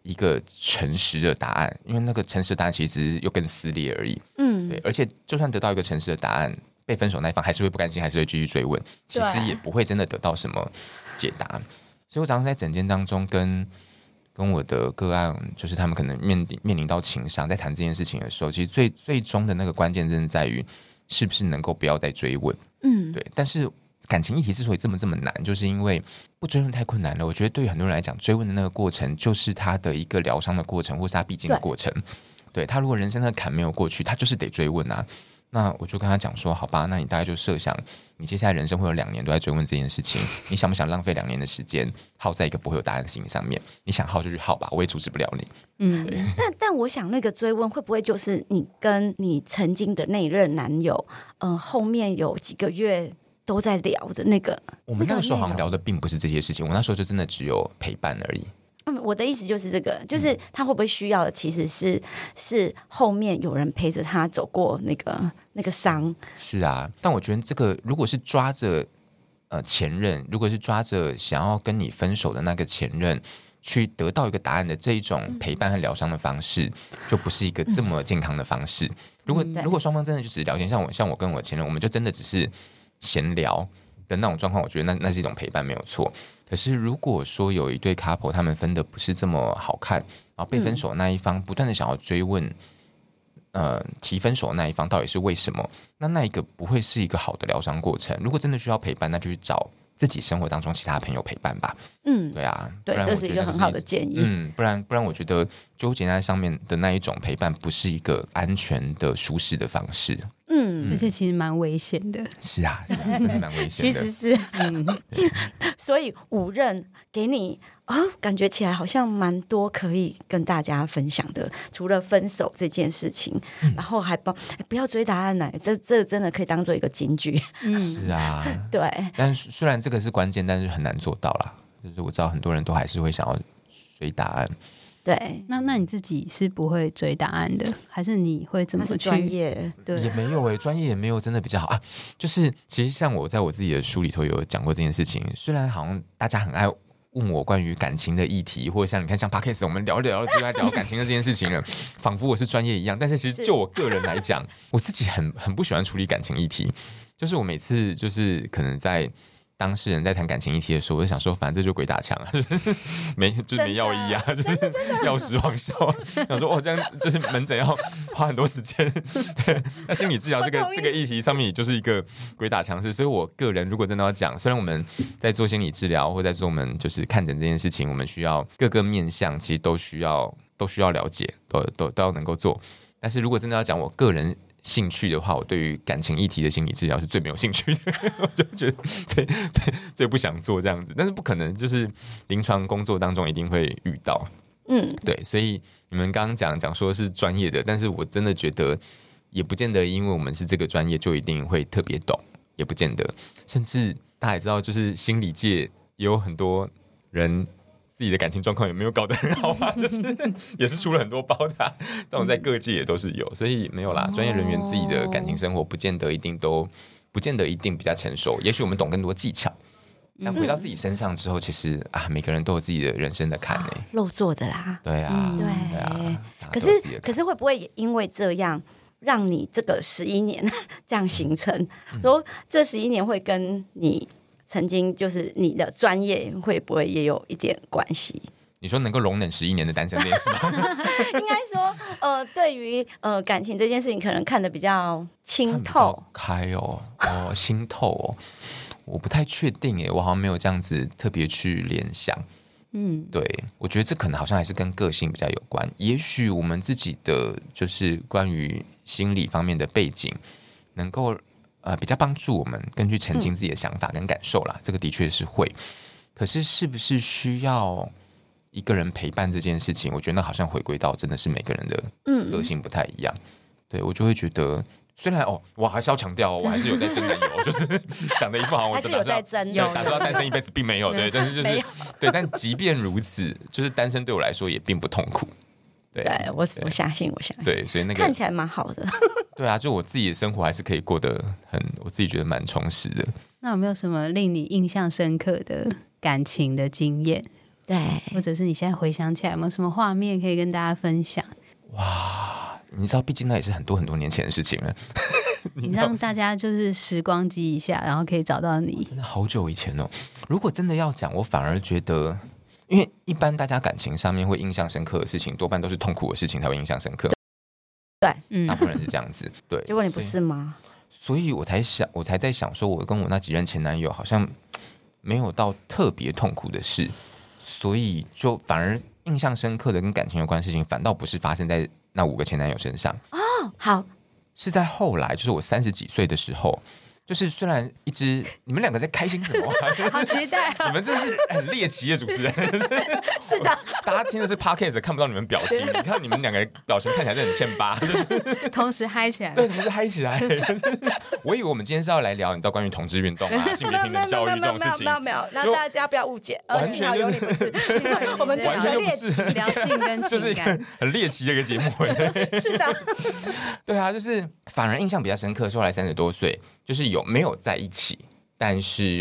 一个诚实的答案，因为那个诚实的答案其实又更撕裂而已。对，而且就算得到一个诚实的答案，被分手那一方还是会不甘心，还是会继续追问，其实也不会真的得到什么解答。所以我常常在诊间当中跟我的个案，就是他们可能面临到情伤，在谈这件事情的时候，其实最终的那个关键真的在于是不是能够不要再追问。对。但是感情议题之所以这么难，就是因为不追问太困难了。我觉得对于很多人来讲，追问的那个过程就是他的一个疗伤的过程，或是他必经的过程。对，他如果人生的坎没有过去，他就是得追问啊。那我就跟他讲说，好吧，那你大概就设想你接下来人生会有2年都在追问这件事情，你想不想浪费2年的时间耗在一个不会有答案的事情上面？你想耗就去耗吧，我也阻止不了你。 但我想那个追问会不会就是你跟你曾经的那一任男友，后面有几个月都在聊的那个？ 我们那个时候好像聊的并不是这些事情，我那时候就真的只有陪伴而已。 我的意思就是这个，就是他会不会需要的其实是后面有人陪着他走过那个伤。 是啊，但我觉得这个如果是抓着前任，如果是抓着想要跟你分手的那个前任去得到一个答案的这一种陪伴和疗伤的方式，就不是一个这么健康的方式。如果双方真的就只是聊天，像我跟我前任，我们就真的只是闲聊的那种状况，我觉得那是一种陪伴没有错。可是如果说有一对 couple 他们分的不是这么好看，然后被分手的那一方不断的想要追问提分手的那一方到底是为什么，那一个不会是一个好的疗伤过程。如果真的需要陪伴，那就去找自己生活当中其他朋友陪伴吧。对啊， 对，这是一个很好的建议。 不然我觉得纠结在上面的那一种陪伴不是一个安全的舒适的方式。 而且其实蛮危险的。 是啊，真的蛮危险的。 其实是所以5任给你感觉起来好像蛮多可以跟大家分享的，除了分手这件事情，然后还不要追答案呢，这真的可以当做一个金句。 是啊， 对。 但虽然这个是关键，但是很难做到啦。就是我知道很多人都还是会想要追答案。 对， 那你自己是不会追答案的，还是你会怎么去？ 专业对也没有专业也没有真的比较好啊。就是其实像我在我自己的书里头有讲过这件事情，虽然好像大家很爱问我关于感情的议题，或者像你看像 Podcast 我们聊就在聊感情的这件事情了，仿佛我是专业一样。但是其实就我个人来讲，我自己很不喜欢处理感情议题。就是我每次就是可能在当事人在谈感情议题的时候，我就想说，反正这就鬼打墙啊，就是没药医啊，就是药石忘效啊。想说这样就是门诊要花很多时间。对，那心理治疗这个议题上面也就是一个鬼打墙式。所以我个人如果真的要讲，虽然我们在做心理治疗或在做我们就是看诊这件事情，我们需要各个面向其实都需要了解，都要能够做。但是如果真的要讲我个人兴趣的话，我对于感情议题的心理治疗是最没有兴趣的。我就觉得最不想做这样子，但是不可能，就是临床工作当中一定会遇到。对，所以你们刚刚讲说是专业的，但是我真的觉得也不见得，因为我们是这个专业就一定会特别懂，也不见得。甚至大家也知道，就是心理界也有很多人自己的感情状况有没有搞得很好啊？就是也是出了很多包的，这种在各界也都是有，所以没有啦。专业人员自己的感情生活不见得一定比较成熟，也许我们懂更多技巧，但回到自己身上之后，其实每个人都有自己的人生的坎肉做的啦。 对啊， 对啊。 可是会不会也因为这样，让你这个11年这样形成？说这11年会跟你曾经就是你的专业会不会也有一点关系？ 你说能够容忍11年的单身这件事吗？ 应该说，对于感情这件事情，可能看得比较清透、 开清透哦。我不太确定耶，我好像没有这样子特别去联想。对，我觉得这可能好像还是跟个性比较有关。也许我们自己的就是关于心理方面的背景，能够比较帮助我们更去澄清自己的想法跟感受啦。这个的确是会。可是是不是需要一个人陪伴这件事情，我觉得那好像回归到真的是每个人的个性不太一样。对，我就会觉得，虽然我还是要强调我还是有在争男友，就是讲的一副好像我还是有在争， 打算要单身一辈子，并没有。对，但是就是对，但即便如此，就是单身对我来说也并不痛苦。对， 我相信， 对，所以那个看起来蛮好的。 对啊，就我自己的生活还是可以过得我自己觉得蛮充实的。 那有没有什么令你印象深刻的感情的经验？ 对， 或者是你现在回想起来有没有什么画面可以跟大家分享？ 哇，你知道，毕竟那也是很多很多年前的事情了。 你让大家就是时光机一下，然后可以找到你。 真的好久以前哦。如果真的要讲，我反而觉得，因为一般大家感情上面会印象深刻的事情，多半都是痛苦的事情才会印象深刻。 对， 大部分人是这样子。对， 结果你不是吗？ 所以我才在想说，我跟我那几任前男友好像没有到特别痛苦的事，所以就反而印象深刻的跟感情有关的事情，反倒不是发生在那5个前男友身上。 哦，好， 是在后来，就是我30几岁的时候，就是虽然一直你们2个在开心什么、啊？ 好期待、哦！ 你们真是很猎奇的主持人。 是的， 大家听的是 podcast 看不到你们表情，你看你们2个表情看起来是很欠巴，就是同时嗨起来， 对，同时嗨起来。我以为我们今天是要来聊，你知道关于同志运动啊、性别平等教育这种事情， 没有，那大家不要误解，幸好有你不是，我们完全就不是聊性跟情感， 就是很猎奇的一个节目。 是的， 对啊，就是反而印象比较深刻，是后来30多岁，就是没有在一起，但是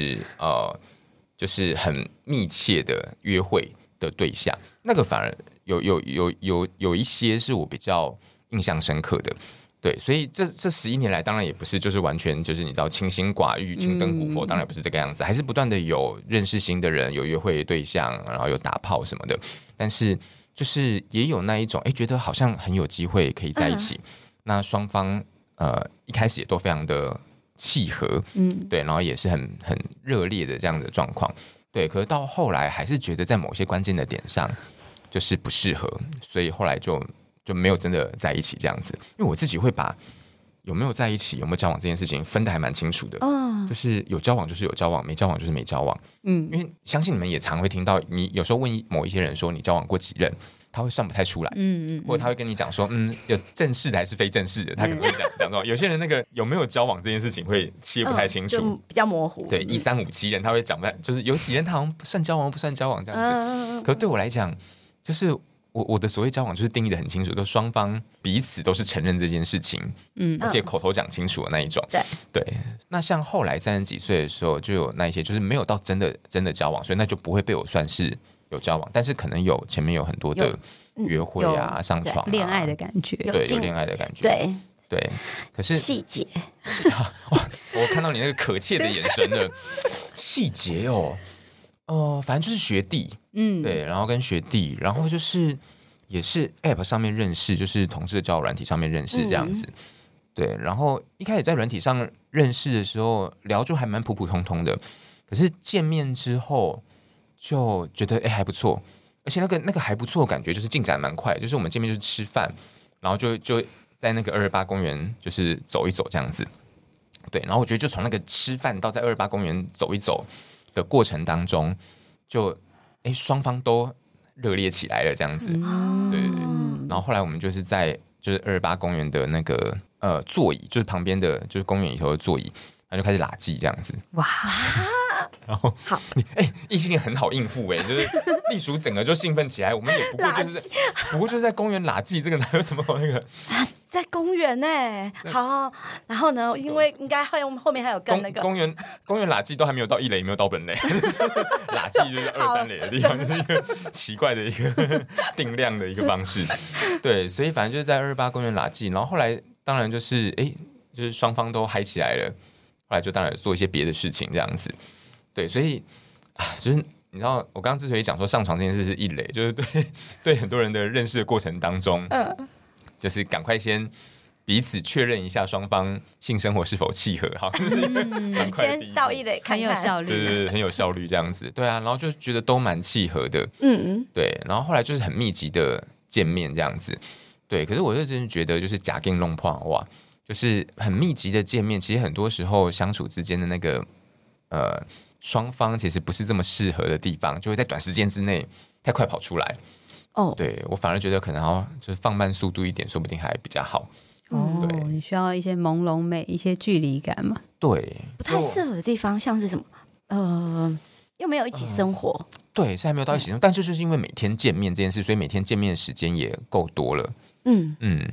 就是很密切的约会的对象，那个反而有一些是我比较印象深刻的。对，所以这11年来，当然也不是就是完全就是你知道清心寡欲、青灯古佛，当然不是这个样子，还是不断的有认识新的人，有约会对象，然后有打炮什么的。但是就是也有那一种，觉得好像很有机会可以在一起。那双方一开始也都非常的契合，对，然后也是很热烈的这样的状况，对。可是到后来还是觉得在某些关键的点上就是不适合，所以后来就没有真的在一起这样子。因为我自己会把有没有在一起、有没有交往这件事情分得还蛮清楚的，就是有交往就是有交往，没交往就是没交往。因为相信你们也常会听到，你有时候问某一些人说你交往过几任，他会算不太出来，或者他会跟你讲说，有正式的还是非正式的，他可能会讲说，有些人那个有没有交往这件事情会切不太清楚， 就比较模糊。 对，1、3、5、7任他会讲不太，就是有几任他好像算交往不算交往这样子。可是对我来讲，就是我的所谓交往就是定义的很清楚，都双方彼此都是承认这件事情，而且口头讲清楚的那一种。对，那像后来30几岁的时候，就有那一些就是没有到真的交往，所以那就不会被我算是有交往，但是可能前面有很多的约会啊、上床啊、 恋爱的感觉， 对，有恋爱的感觉，对。可是细节， 哇，我看到你那个可切的眼神了。细节反正就是学弟，对，然后跟学弟，然后就是也是 App 上面认识，就是同志的交友软体上面认识这样子，对。然后一开始在软体上认识的时候，聊就还蛮普普通通的，可是见面之后就觉得还不错，而且那个还不错的感觉就是进展蛮快，就是我们见面就是吃饭，然后就在那个228公园就是走一走这样子，对。然后我觉得就从那个吃饭到在228公园走一走的过程当中，就双方都热烈起来了这样子，对。然后后来我们就是在就是228公园的那个座椅，就是旁边的就是公园里头的座椅，然后就开始拉技这样子，哇。然后好，异性恋很好应付就是隶属整个就兴奋起来。我们也不过就是在公园拉技，这个哪有什么那个在公园好。然后呢，因为应该后面还有跟那个公园拉技都还没有到1垒，也没有到本垒，拉技就是2、3垒的地方，就是一个奇怪的一个定量的一个方式。对，所以反正就是在228公园拉技，然后后来当然就是就是双方都嗨起来了，后来就当然做一些别的事情这样子。对，所以就是你知道，我刚刚之所以讲说上床这件事是1垒，就是对很多人的认识的过程当中，就是赶快先彼此确认一下双方性生活是否契合，好，就是蛮快的第一步， 先到1垒看看， 很有效率， 对，很有效率这样子，对啊，然后就觉得都蛮契合的，对，然后后来就是很密集的见面这样子，对，可是我就真的觉得就是假定弄破哇，就是很密集的见面，其实很多时候相处之间的那个双方其实不是这么适合的地方，就会在短时间之内太快跑出来。对，我反而觉得可能就是放慢速度一点，说不定还比较好。对， 你需要一些朦胧美，一些距离感嘛。 对， 不太适合的地方像是什么？又没有一起生活。 对，是还没有到一起生活，但就是因为每天见面这件事，所以每天见面的时间也够多了。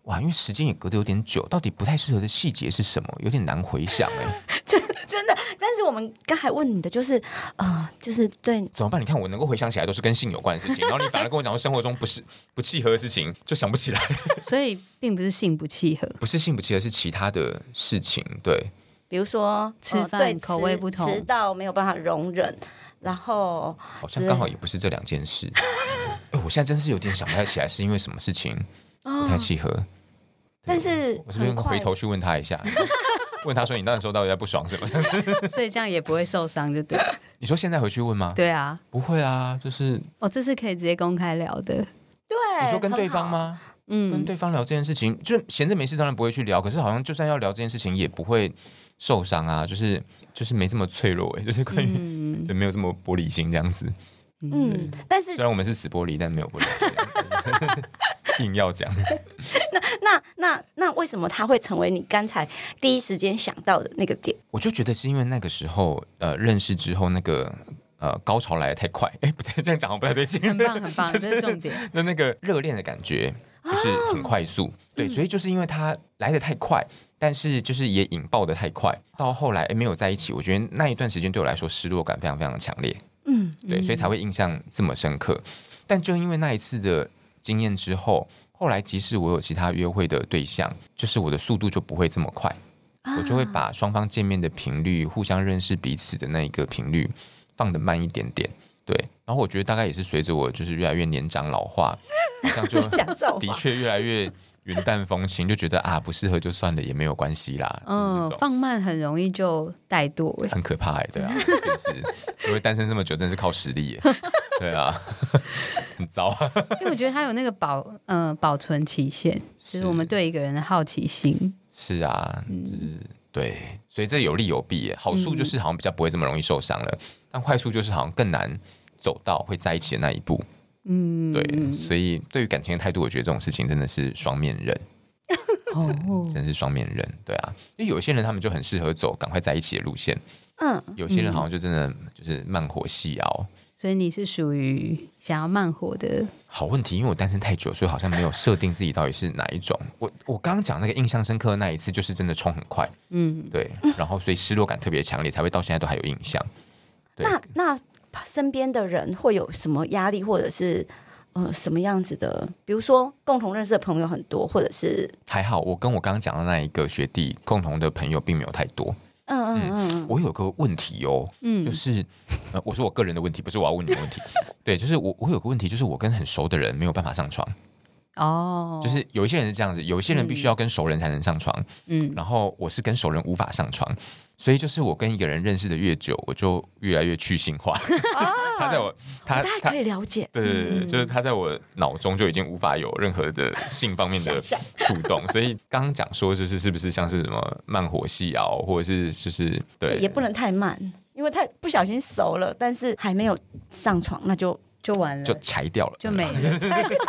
哇，因为时间也隔得有点久，到底不太适合的细节是什么？有点难回想真的。但是我们刚才问你的就是就是对怎么办？你看我能够回想起来都是跟性有关的事情，然后你反而跟我讲说生活中不契合的事情，就想不起来。 所以并不是性不契合， 不是性不契合，是其他的事情。对， 比如说吃饭对口味不同， 迟到没有办法容忍，然后好像刚好也不是这2件事。我现在真是有点想不太起来，是因为什么事情不太契合。 但是我是不是回头去问他一下？问他说你那时候到底在不爽什么？ 所以这样也不会受伤，就对了。 你说现在回去问吗？ 对啊， 不会啊，就是这是可以直接公开聊的。 对， 你说跟对方吗？跟对方聊这件事情，就闲着没事当然不会去聊，可是好像就算要聊这件事情也不会受伤啊，就是没这么脆弱就是关于对没有这么玻璃心这样子。 但是虽然我们是死玻璃，但没有玻璃心。硬要讲， 那为什么他会成为你刚才第一时间想到的那个点？ 我就觉得是因为那个时候认识之后那个高潮来得太快，不对，这样讲不太对劲。 很棒很棒，这是重点。 那个热恋的感觉就是很快速，对，所以就是因为它来得太快，但是就是也引爆得太快，到后来没有在一起，我觉得那一段时间对我来说失落感非常非常的强烈。对，所以才会印象这么深刻。但就因为那一次的经验之后，后来即使我有其他约会的对象，就是我的速度就不会这么快，我就会把双方见面的频率、互相认识彼此的那一个频率放得慢一点点。对，然后我觉得大概也是随着我就是越来越年长老化，这样就的确越来越云淡风轻，就觉得不适合就算了，也没有关系啦。 放慢很容易就怠惰， 很可怕对啊，就是因为单身这么久，真是靠实力耶。对啊，很糟。 因为我觉得他有那个保存期限，就是我们对一个人的好奇心。 是啊，就是对，所以这有利有弊耶。好处就是好像比较不会这么容易受伤了，但坏处就是好像更难走到会在一起的那一步。对，所以对于感情的态度，我觉得这种事情真的是双面刃。真是双面刃。对啊，因为有些人他们就很适合走赶快在一起的路线，有些人好像就真的就是慢火细熬。 所以你是属于想要慢火的？ 好问题，因为我单身太久，所以好像没有设定自己到底是哪一种。我刚刚讲那个印象深刻的那一次，就是真的冲很快，对，然后所以失落感特别强烈，才会到现在都还有印象。对， 那身边的人会有什么压力，或者是什么样子的？比如说共同认识的朋友很多，或者是还好，我跟我刚刚讲的那一个学弟共同的朋友并没有太多。我有个问题就是我说我个人的问题，不是我要问你的问题。对，就是我有个问题，就是我跟很熟的人没有办法上床。就是有一些人是这样子，有一些人必须要跟熟人才能上床，然后我是跟熟人无法上床，所以就是我跟一个人认识的越久，我就越来越去性化。他在我大家可以了解， 对，就是他在我脑中就已经无法有任何的性方面的触动，所以刚刚讲说就是是不是像是什么慢火细熬，或者是就是对， 也不能太慢，因为太不小心熟了，但是还没有上床，那就完了， 就裁掉了， 就没了。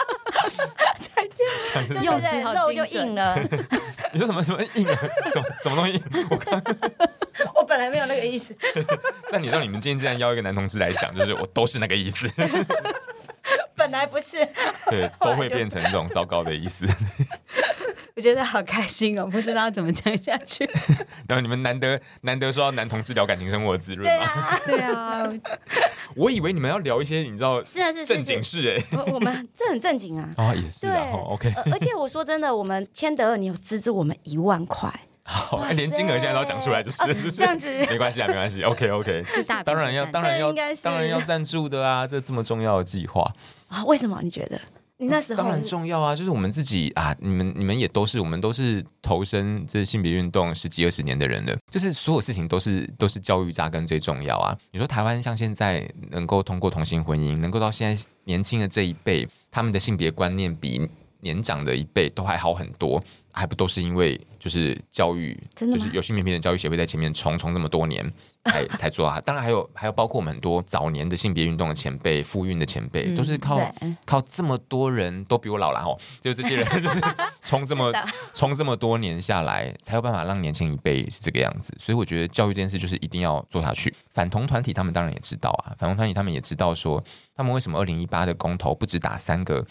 用字肉就硬了。 你说什么硬了？什么东西硬？ 我本来没有那个意思。 但你知道，你们今天既然邀一个男同志来讲，就是我都是那个意思。 本来不是， 对，都会变成这种糟糕的意思。 我觉得好开心哦，不知道怎么讲下去。 然后你们难得说到男同志聊感情生活的滋润嘛？ 对啊。 我以为你们要聊一些你知道正经事我们这很正经啊。 也是啊。OK。 而且我说真的，我们千德尔你有资助我们1万块。 好，连金额现在都要讲出来，就是这样子， 没关系。OK。当然要赞助的啊，这么重要的计划为什么你觉得？你那时候当然重要啊，就是我们自己你们也都是，我们都是投身这性别运动10几20年的人了，就是所有事情都是教育扎根最重要啊。你说台湾像现在能够通过同性婚姻，能够到现在年轻的这一辈，他们的性别观念比年长的一辈都还好很多，还不都是因为就是教育，就是有性别平等教育协会在前面冲这么多年才做到。当然还有包括我们很多早年的性别运动的前辈、妇运的前辈，都是靠这么多人都比我老啦就这些人就是冲这么多年下来，才有办法让年轻一辈是这个样子。所以我觉得教育这件事就是一定要做下去。反同团体他们当然也知道反同团体他们也知道说，他们为什么2018的公投不只打3个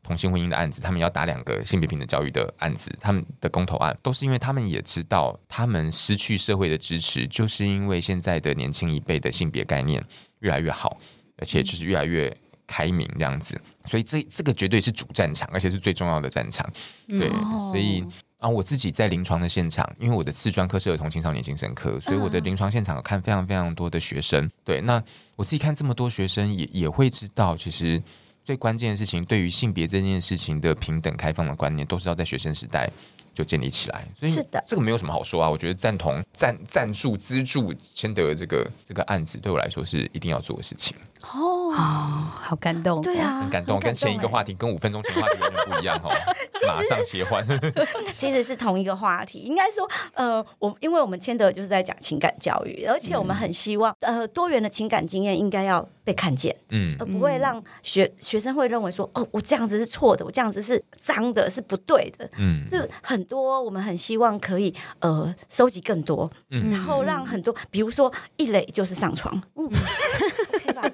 同性婚姻的案子，他们要打2个性别平等教育的案子，他们的公投案都是因为他们也知道他们失去社会的支持，就是因为现在的年轻一辈的性别概念越来越好，而且就是越来越开明这样子，所以这个绝对是主战场，而且是最重要的战场。对，所以我自己在临床的现场，因为我的次专科是儿童青少年精神科，所以我的临床现场有看非常非常多的学生。对，那我自己看这么多学生也会知道，其实最关键的事情，对于性别这件事情的平等开放的观念，都是要在学生时代就建立起来。所以这个没有什么好说啊，我觉得赞同赞助资助千德这个案子，对我来说是一定要做的事情。 好感动， 对啊， 很感动，跟前一个话题跟5分钟前话题完全不一样马上切换。 其实是同一个话题，应该说，因为我们千德就是在讲情感教育，而且我们很希望，多元的情感经验应该要被看见，而不会让学生会认为说，我这样子是错的，我这样子是脏的，是不对的。就很多我们很希望可以收集更多，然后让很多，比如说一垒就是上床，OK 吧？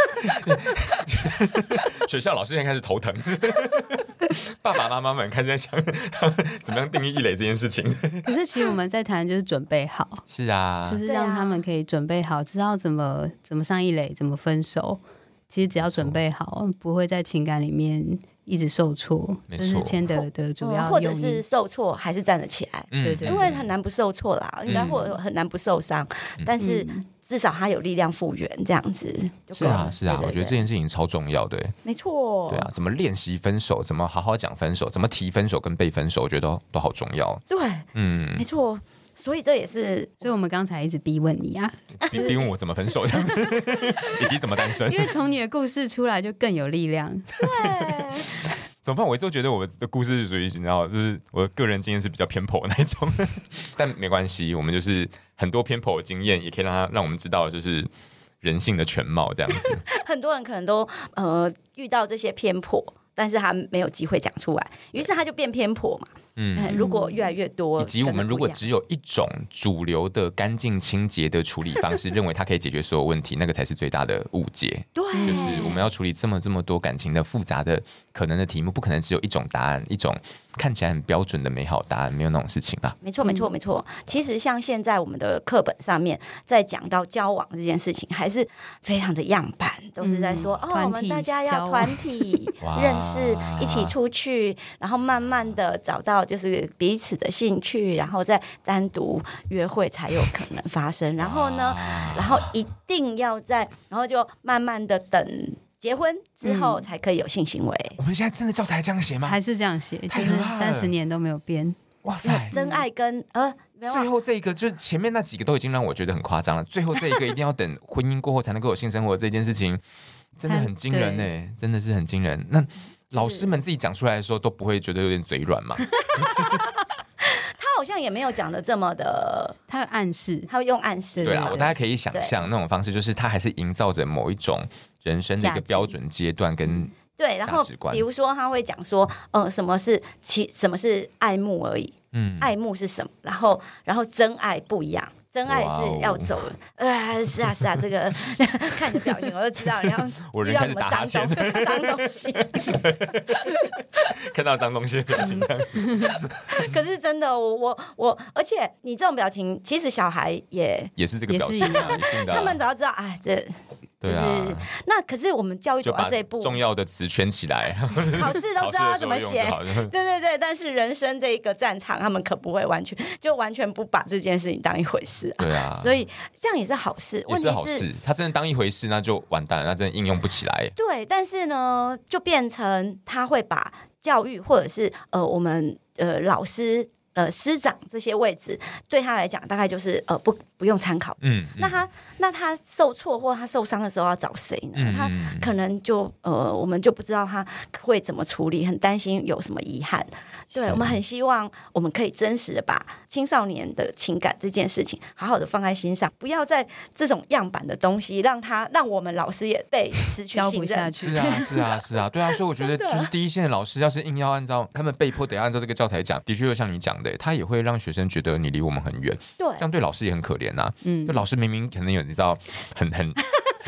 学校老师现在开始头疼，爸爸妈妈们开始在想怎么样定义一垒这件事情。 可是其实我们在谈就是准备好， 是啊， 就是让他们可以准备好，知道怎么上一垒，怎么分手。其实只要准备好，不会在情感里面一直受挫，这是千德的主要用意。 或者是受挫还是站得起来，对，因为很难不受挫啦，应该或者很难不受伤，但是至少他有力量复原，这样子就够了。 是啊，我觉得这件事情超重要的。 没错， 对啊，怎么练习分手，怎么好好讲分手，怎么提分手跟被分手，我觉得都好重要。 对，没错。所以这也是， 所以我们刚才一直逼问你啊， 逼问我怎么分手这样子，以及怎么单身。 因为从你的故事出来就更有力量。 对。 怎么办？我一直觉得我的故事属于你知道，就是我的个人经验是比较偏颇的那一种，但没关系，我们就是很多偏颇的经验，也可以让我们知道就是人性的全貌这样子。 很多人可能都遇到这些偏颇，但是他没有机会讲出来，于是他就变偏颇嘛。如果越来越多， 以及我们如果只有一种主流的干净清洁的处理方式，认为它可以解决所有问题，那个才是最大的误解。 对， 就是我们要处理这么多感情的复杂的可能的题目，不可能只有一种答案，一种看起来很标准的美好答案，没有那种事情啊。 没错。其实像现在我们的课本上面在讲到交往这件事情，还是非常的样板，都是在说我们大家要团体认识，一起出去，然后慢慢的找到就是彼此的兴趣，然后再单独约会才有可能发生。然后呢，然后一定要然后就慢慢的等结婚之后才可以有性行为。 我们现在真的教材这样写吗？ 还是这样写，就是30年都没有变。 哇塞， 真爱跟最后这一个，就是前面那几个都已经让我觉得很夸张了，最后这一个一定要等婚姻过后才能够有性生活，这件事情真的很惊人欸，真的是很惊人。那老师们自己讲出来的时候，都不会觉得有点嘴软吗？ 他好像也没有讲的这么的， 他有暗示， 他会用暗示。 对啊，我大家可以想象那种方式，就是他还是营造着某一种人生的一个标准阶段跟对，然后比如说他会讲说，什么是爱慕而已，爱慕是什么？然后真爱不一样。真爱是要走的，是啊，这个看你的表情我就知道你要我人开始打哈欠， 脏东西， 看到脏东西的表情这样子。 可是真的，我，而且你这种表情，其实小孩也是这个表情啊， 他们只要知道，哎，这。就是那可是我们教育走到这一步， 重要的词圈起来， 考试都知道要怎么写，对，但是人生这一个战场，他们可不会完全不把这件事情当一回事啊。 对啊， 所以这样也是好事， 也是好事。他真的当一回事，那就完蛋了，那真的应用不起来。 对，但是呢，就变成他会把教育或者是我们老师。师长这些位置对他来讲，大概就是不用参考。那他受挫或他受伤的时候要找谁呢？他可能就我们就不知道他会怎么处理，很担心有什么遗憾。对，我们很希望我们可以真实的把青少年的情感这件事情好好的放在心上，不要在这种样板的东西让我们老师也被失去信任。 是啊，对啊，所以我觉得就是第一线的老师，要是硬要按照他们被迫得按照这个教材讲，的确就像你讲的。他也会让学生觉得你离我们很远，对，这样对老师也很可怜呐。就老师明明可能有你知道很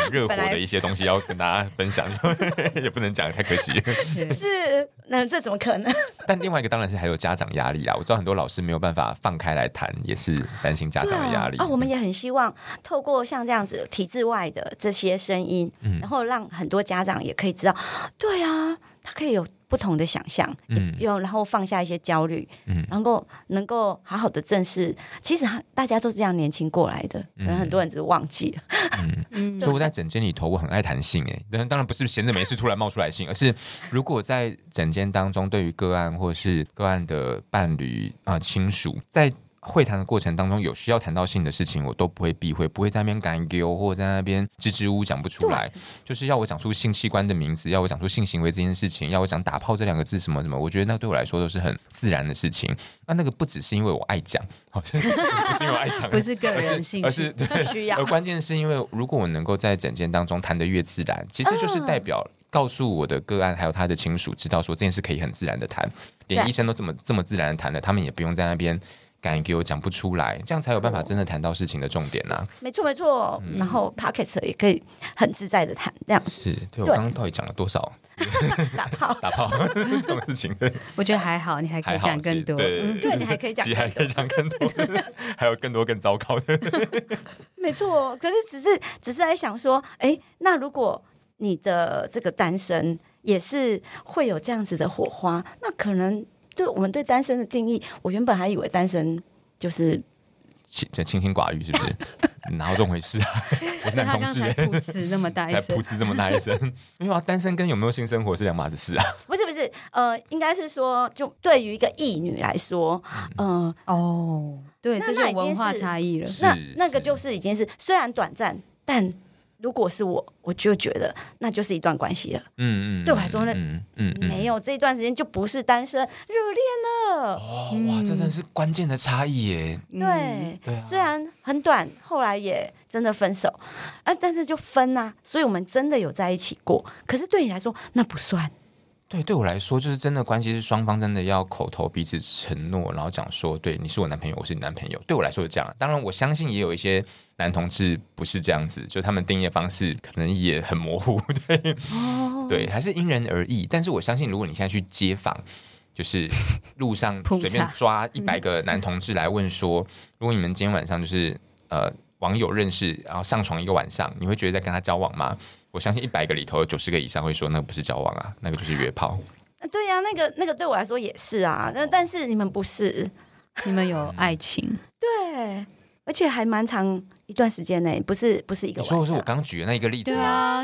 热火的一些东西要跟大家分享，也不能讲太可惜。 是，那这怎么可能？ 但另外一个当然是还有家长压力啦。我知道很多老师没有办法放开来谈，也是担心家长的压力。 我们也很希望透过像这样子体制外的这些声音，然后让很多家长也可以知道，对啊，他可以有不同的想象，然后放下一些焦虑，然后能够好好的正视。其实大家都是这样年轻过来的，可能很多人只是忘记了。 所以我在诊间里头，我很爱谈性当然不是闲着没事突然冒出来性，而是如果在诊间当中，对于个案或是个案的伴侣亲属，在会谈的过程当中有需要谈到性的事情，我都不会避讳，不会在那边干丢或者在那边支支吾吾讲不出来。就是要我讲出性器官的名字，要我讲出性行为这件事情，要我讲打炮这2个字什么什么，我觉得那对我来说都是很自然的事情。那个不只是因为我爱讲，不是因为我爱讲， 不是个人兴趣， 而是对需要。 而关键是因为如果我能够在诊间当中谈得越自然，其实就是代表告诉我的个案还有他的亲属知道说这件事可以很自然的谈，连医生都这么自然的谈了，他们也不用在那边敢给我讲不出来，这样才有办法真的谈到事情的重点啊。 没错没错，然后 Podcast 也可以很自在的谈，这样子。 是，对，我刚刚到底讲了多少？打炮这种事情， 我觉得还好，你还可以讲更多。 对，你还可以讲， 还可以讲更多，还有更多更糟糕的。 没错，可是只是在想说，那如果你的这个单身也是会有这样子的火花，那可能对我们对单身的定义，我原本还以为单身就是清心寡欲，是不是？哪有这种回事啊？我是男同志， 才噗嗤那么大一声， 才噗嗤这么大一声。没有啊，单身跟有没有性生活是两码子事啊。 不是，应该是说，就对于一个异女来说， 对，这就是文化差异了。 那个就是已经是虽然短暂，但如果是我就觉得那就是一段关系了。对我来说，没有这一段时间就不是单身，热恋了。 哇，这真的是关键的差异耶。 对啊，虽然很短，后来也真的分手但是就分啊，所以我们真的有在一起过。可是对你来说，那不算。 对我来说，就是真的关系是双方真的要口头彼此承诺，然后讲说，对，你是我男朋友，我是你男朋友。对我来说是这样。当然，我相信也有一些男同志不是这样子，就他们定义的方式可能也很模糊。对，还是因人而异。但是我相信，如果你现在去街访，就是路上随便抓100个男同志来问说，如果你们今天晚上就是网友认识，然后上床一个晚上，你会觉得在跟他交往吗？我相信100个里头有90个以上会说那个不是交往啊，那个就是约炮。 对呀，那个对我来说也是啊，但是你们不是， 你们有爱情， 对，而且还蛮长一段时间内，不是一个晚上。 你说是我刚举的那一个例子吗？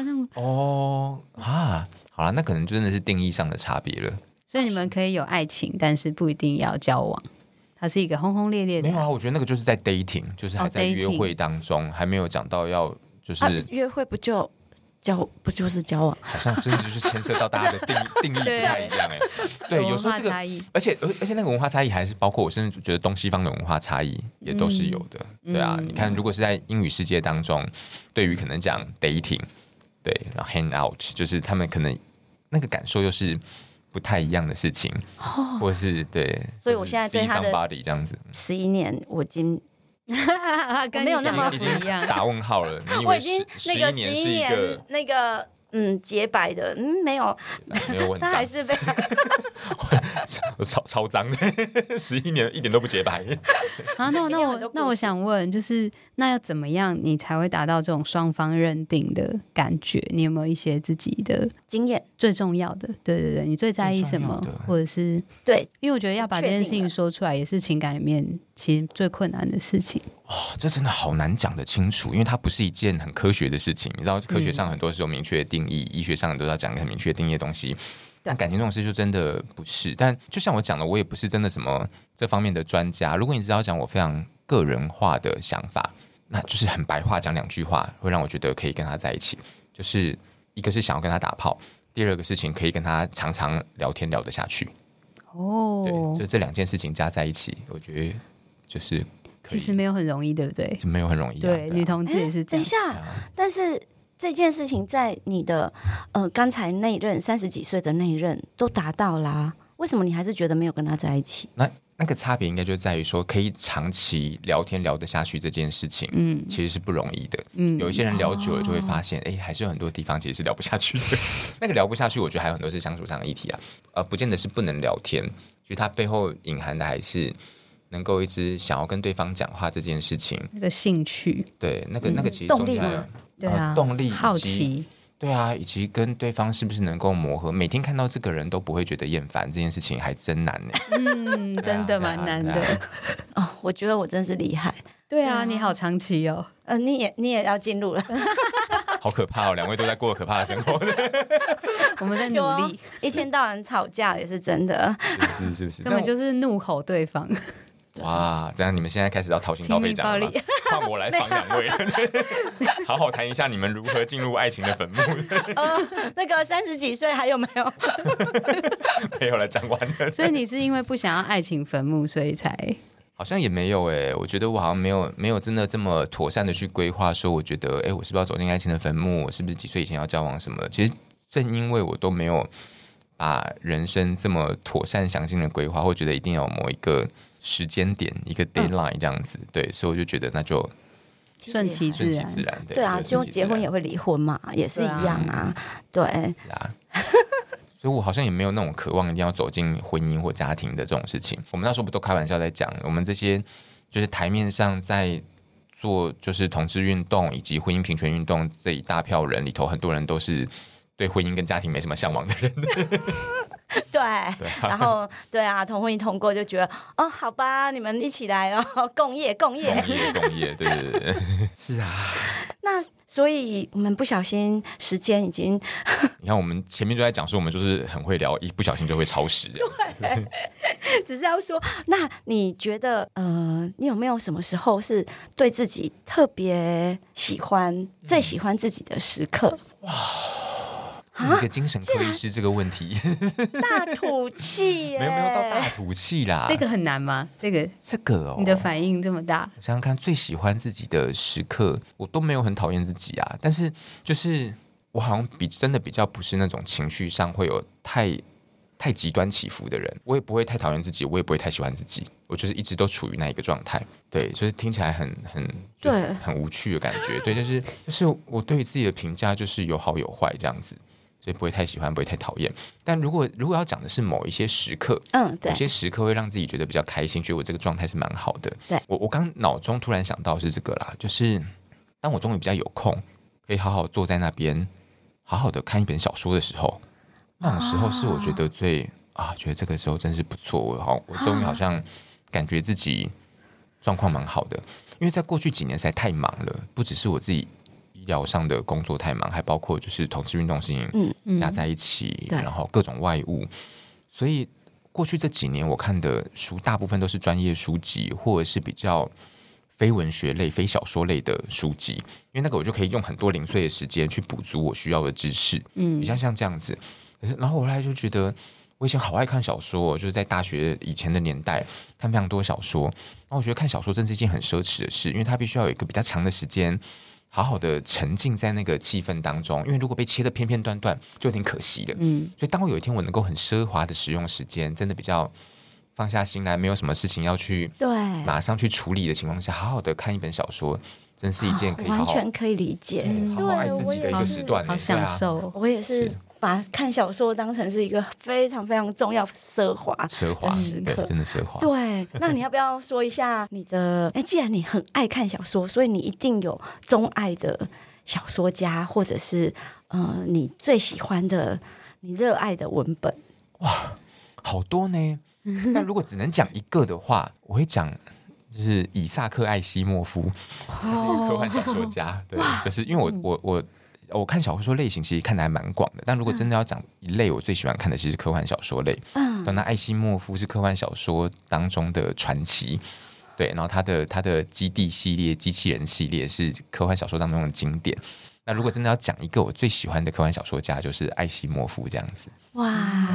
好啦，那可能真的是定义上的差别了。 所以你们可以有爱情，但是不一定要交往。它是一个轰轰烈烈的。 没有啊，我觉得那个就是在 dating， 就是还在约会当中，还没有讲到要就是约会不就是交往？ 好像真的就是牵涉到大家的定义不太一样对，有时候这个，而且那个文化差异还是包括我甚至觉得东西方的文化差异也都是有的。对啊，你看，如果是在英语世界当中，对于可能讲 dating， 对，然后 hang out， 就是他们可能那个感受又是不太一样的事情，或是对， 所以我现在对他的这样子 11年，我已经跟没有那么不一样， 打问号了。你以为11年是一个那个洁白的？没有， 我很脏， 他还是非常超脏的，11年一点都不洁白。 那我想问，就是那要怎么样你才会达到这种双方认定的感觉？你有没有一些自己的经验？ 最重要的，对，你最在意什么？或者是对， 因为我觉得要把这件事情说出来，也是情感里面其实最困难的事情。 这真的好难讲得清楚，因为它不是一件很科学的事情。你知道，科学上很多是有明确的定义，医学上很多要讲很明确的定义的东西。但感情这种事就真的不是。但就像我讲的，我也不是真的什么这方面的专家。如果你只要讲我非常个人化的想法，那就是很白话讲2句话，会让我觉得可以跟他在一起。就是一个是想要跟他打炮，第二个事情可以跟他常常聊天聊得下去。对，就这2件事情加在一起，我觉得就是其实没有很容易，对不对？ 没有很容易。 对，女同志也是这样。 等一下，但是这件事情在你的刚才那一任30几岁的那一任都达到啦，为什么你还是觉得没有跟他在一起？ 那个差别应该就在于说，可以长期聊天聊得下去这件事情，其实是不容易的。有一些人聊久了就会发现，还是有很多地方其实是聊不下去的。那个聊不下去，我觉得还有很多是相处上的议题啊，不见得是不能聊天，其实它背后隐含的还是能够一直想要跟对方讲话这件事情， 那个兴趣， 对，那个其实动力嘛， 对啊， 动力好奇。 对啊，以及跟对方是不是能够磨合，每天看到这个人都不会觉得厌烦，这件事情还真难呢。 真的蛮难的。 哦，我觉得我真是厉害。 对啊，你好长期哦。 你也要进入了。 好可怕哦，两位都在过可怕的生活。 我们在努力， 一天到晚吵架也是真的。 是不是？ 根本就是怒吼对方。 哇，这样你们现在开始要掏心掏肺讲了吗？换我来访两位，好好谈一下你们如何进入爱情的坟墓。 那个30几岁还有没有？ 没有了，讲完了。 所以你是因为不想要爱情坟墓，所以才？ 好像也没有我觉得我好像没有真的这么妥善的去规划，说我觉得我是不是要走进爱情的坟墓，我是不是几岁以前要交往什么的。其实正因为我都没有把人生这么妥善详尽的规划，或觉得一定要有某一个时间点一个 deadline 这样子，对，所以我就觉得那就顺其自然。 对啊，就结婚也会离婚嘛，也是一样啊。对啊，所以我好像也没有那种渴望一定要走进婚姻或家庭的这种事情。我们那时候不都开玩笑在讲，我们这些就是台面上在做就是同志运动以及婚姻平权运动这一大票人里头，很多人都是对婚姻跟家庭没什么向往的人。 对，然后对啊，同婚一通过就觉得哦，好吧，你们一起来哦，共业， 对，是啊。 那所以我们不小心时间已经， 你看我们前面就在讲说，我们就是很会聊，一不小心就会超时这样子。 对，只是要说，那你觉得你有没有什么时候是对自己特别喜欢、最喜欢自己的时刻？哇！ 一个精神科医师这个问题， 大吐气耶， 没有到大吐气啦。 这个很难吗？这个哦， 你的反应这么大。 我想想看，最喜欢自己的时刻，我都没有很讨厌自己啊。但是就是我好像真的比较不是那种情绪上会有太极端起伏的人。我也不会太讨厌自己，我也不会太喜欢自己。我就是一直都处于那一个状态。对，就是听起来很无趣的感觉。对，就是我对于自己的评价就是有好有坏这样子。所以不会太喜欢，不会太讨厌。但如果要讲的是某一些时刻， 对， 有些时刻会让自己觉得比较开心，觉得我这个状态是蛮好的。 对， 我刚脑中突然想到是这个啦，就是当我终于比较有空，可以好好坐在那边，好好的看一本小说的时候，那种时候是我觉得觉得这个时候真是不错。我终于好像感觉自己状况蛮好的，因为在过去几年实在太忙了，不只是我自己。医疗上的工作太忙，还包括就是同志运动事情加在一起，然后各种外务，所以过去这几年我看的书大部分都是专业书籍，或者是比较非文学类、非小说类的书籍，因为那个我就可以用很多零碎的时间去补足我需要的知识，比较像这样子。然后我后来就觉得，我以前好爱看小说，就是在大学以前的年代看非常多小说，然后我觉得看小说真是一件很奢侈的事，因为它必须要有一个比较长的时间。好好的沉浸在那个气氛当中，因为如果被切得片片段段，就有点可惜了。所以当我有一天我能够很奢华的使用时间，真的比较放下心来，没有什么事情要去马上去处理的情况下，好好的看一本小说，真是一件可以完全可以理解， 好好爱自己的一个时段。 好享受。 我也是把看小说当成是一个非常非常重要奢华的时刻， 真的奢华。 对，那你要不要说一下你的？既然你很爱看小说，所以你一定有钟爱的小说家，或者是你最喜欢的、你热爱的文本。 哇，好多呢。但如果只能讲一个的话，我会讲就是以萨克·艾西莫夫，他是一个科幻小说家。对，就是因为我看小说类型其实看得还蛮广的，但如果真的要讲一类，我最喜欢看的其实是科幻小说类。那艾西莫夫是科幻小说当中的传奇，对，然后他的基地系列、机器人系列是科幻小说当中的经典。那如果真的要讲一个我最喜欢的科幻小说家，就是艾西莫夫这样子。 哇，然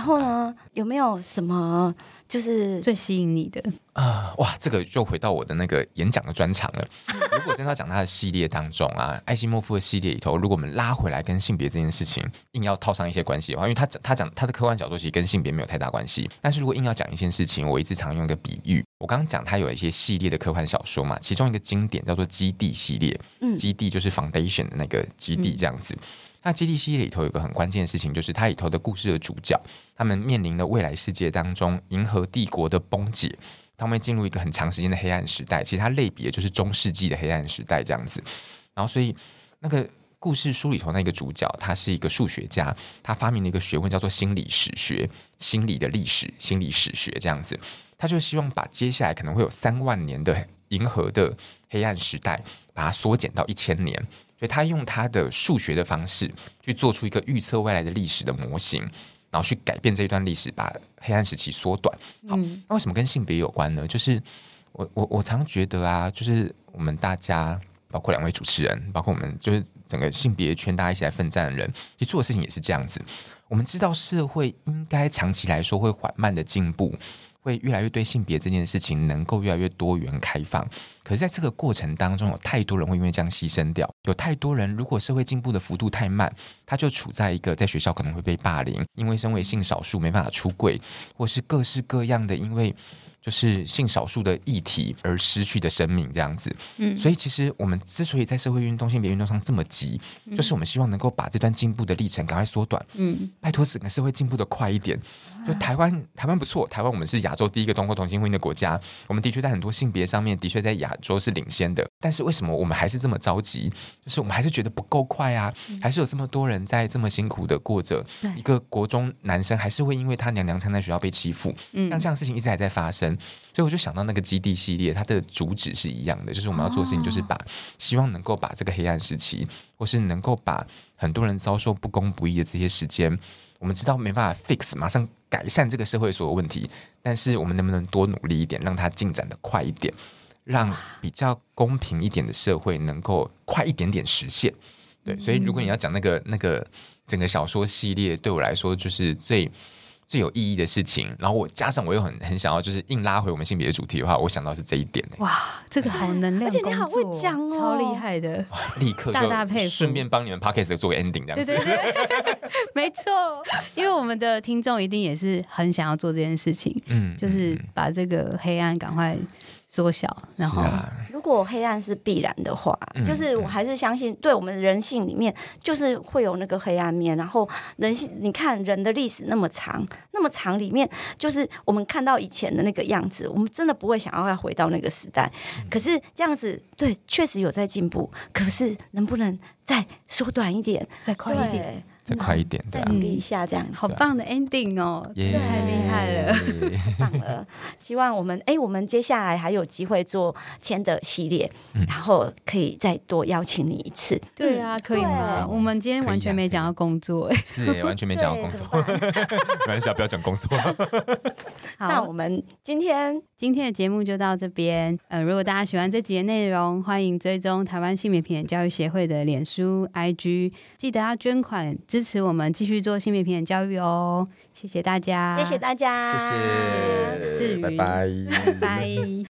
然后呢，有没有什么就是最吸引你的？ 哇，这个就回到我的那个演讲的专长了。如果真的要讲他的系列当中啊，艾西莫夫的系列里头，如果我们拉回来跟性别这件事情硬要套上一些关系的话，因为他讲他的科幻小说其实跟性别没有太大关系，但是如果硬要讲一件事情，我一直常用一个比喻。我刚刚讲他有一些系列的科幻小说嘛，其中一个经典叫做基地系列，基地就是 foundation 的那个基地这样子。那基地系列里头有一个很关键的事情，就是它里头的故事的主角，他们面临的未来世界当中银河帝国的崩解，他们会进入一个很长时间的黑暗时代，其实它类比的就是中世纪的黑暗时代这样子。然后所以那个故事书里头那个主角，他是一个数学家，他发明了一个学问叫做心理史学，心理的历史，心理史学这样子。他就希望把接下来可能会有3万年的银河的黑暗时代，把它缩减到1000年。所以他用他的数学的方式去做出一个预测未来的历史的模型，然后去改变这一段历史，把黑暗时期缩短。好，那为什么跟性别有关呢？就是我常觉得啊，就是我们大家，包括2位主持人，包括我们就是整个性别圈大家一起来奋战的人，其实做的事情也是这样子。我们知道社会应该长期来说会缓慢的进步，会越来越对性别这件事情能够越来越多元开放，可是在这个过程当中有太多人会因为这样牺牲掉，有太多人如果社会进步的幅度太慢，他就处在一个在学校可能会被霸凌，因为身为性少数没办法出柜，或是各式各样的因为就是性少数的议题而失去的生命这样子。所以其实我们之所以在社会运动性别运动上这么急，就是我们希望能够把这段进步的历程赶快缩短，拜托整个社会进步的快一点。就台湾不错，台湾我们是亚洲第一个通过同性婚姻的国家，我们的确在很多性别上面的确在亚洲是领先的，但是为什么我们还是这么着急？就是我们还是觉得不够快啊，还是有这么多人在这么辛苦的过着，一个国中男生还是会因为他娘娘腔在学校被欺负，像这样的事情一直还在发生。所以我就想到那个基地系列，它的主旨是一样的，就是我们要做的事情就是希望能够把这个黑暗时期，或是能够把很多人遭受不公不义的这些时间，我们知道没办法 fix 马上改善这个社会所有问题，但是我们能不能多努力一点，让它进展的快一点，让比较公平一点的社会能够快一点点实现。对，所以如果你要讲那个整个小说系列，对我来说就是最有意义的事情，然后我加上我又很想要就是硬拉回我们性别的主题的话，我想到是这一点。 哇，这个好能量工作， 而且你好会讲哦， 超厉害的， 立刻就大佩服， 顺便帮你们 podcast 做个 ending 这样子。 对，没错，因为我们的听众一定也是很想要做这件事情，就是把这个黑暗赶快缩小，然后如果黑暗是必然的话，就是我还是相信，对我们人性里面就是会有那个黑暗面。然后人性，你看人的历史那么长，里面就是我们看到以前的那个样子，我们真的不会想要再回到那个时代。可是这样子，对，确实有在进步，可是能不能再缩短一点， 再快一点？ 再快一点， 再努力一下，这样子。 好棒的 ending 哦，太厉害了， 棒了！希望我们接下来还有机会做签的系列，然后可以再多邀请你一次。 对啊，可以吗？我们今天完全没讲到工作， 是耶，完全没讲到工作，没关系，不要讲工作。 好， 那我们今天的节目就到这边。如果大家喜欢这集的内容，欢迎追踪台湾性别平等教育协会的脸书、IG， 记得要捐款支持我们继续做性别平等教育哦。谢谢大家， 谢谢大家， 谢谢， 志宇， 拜拜， 拜拜。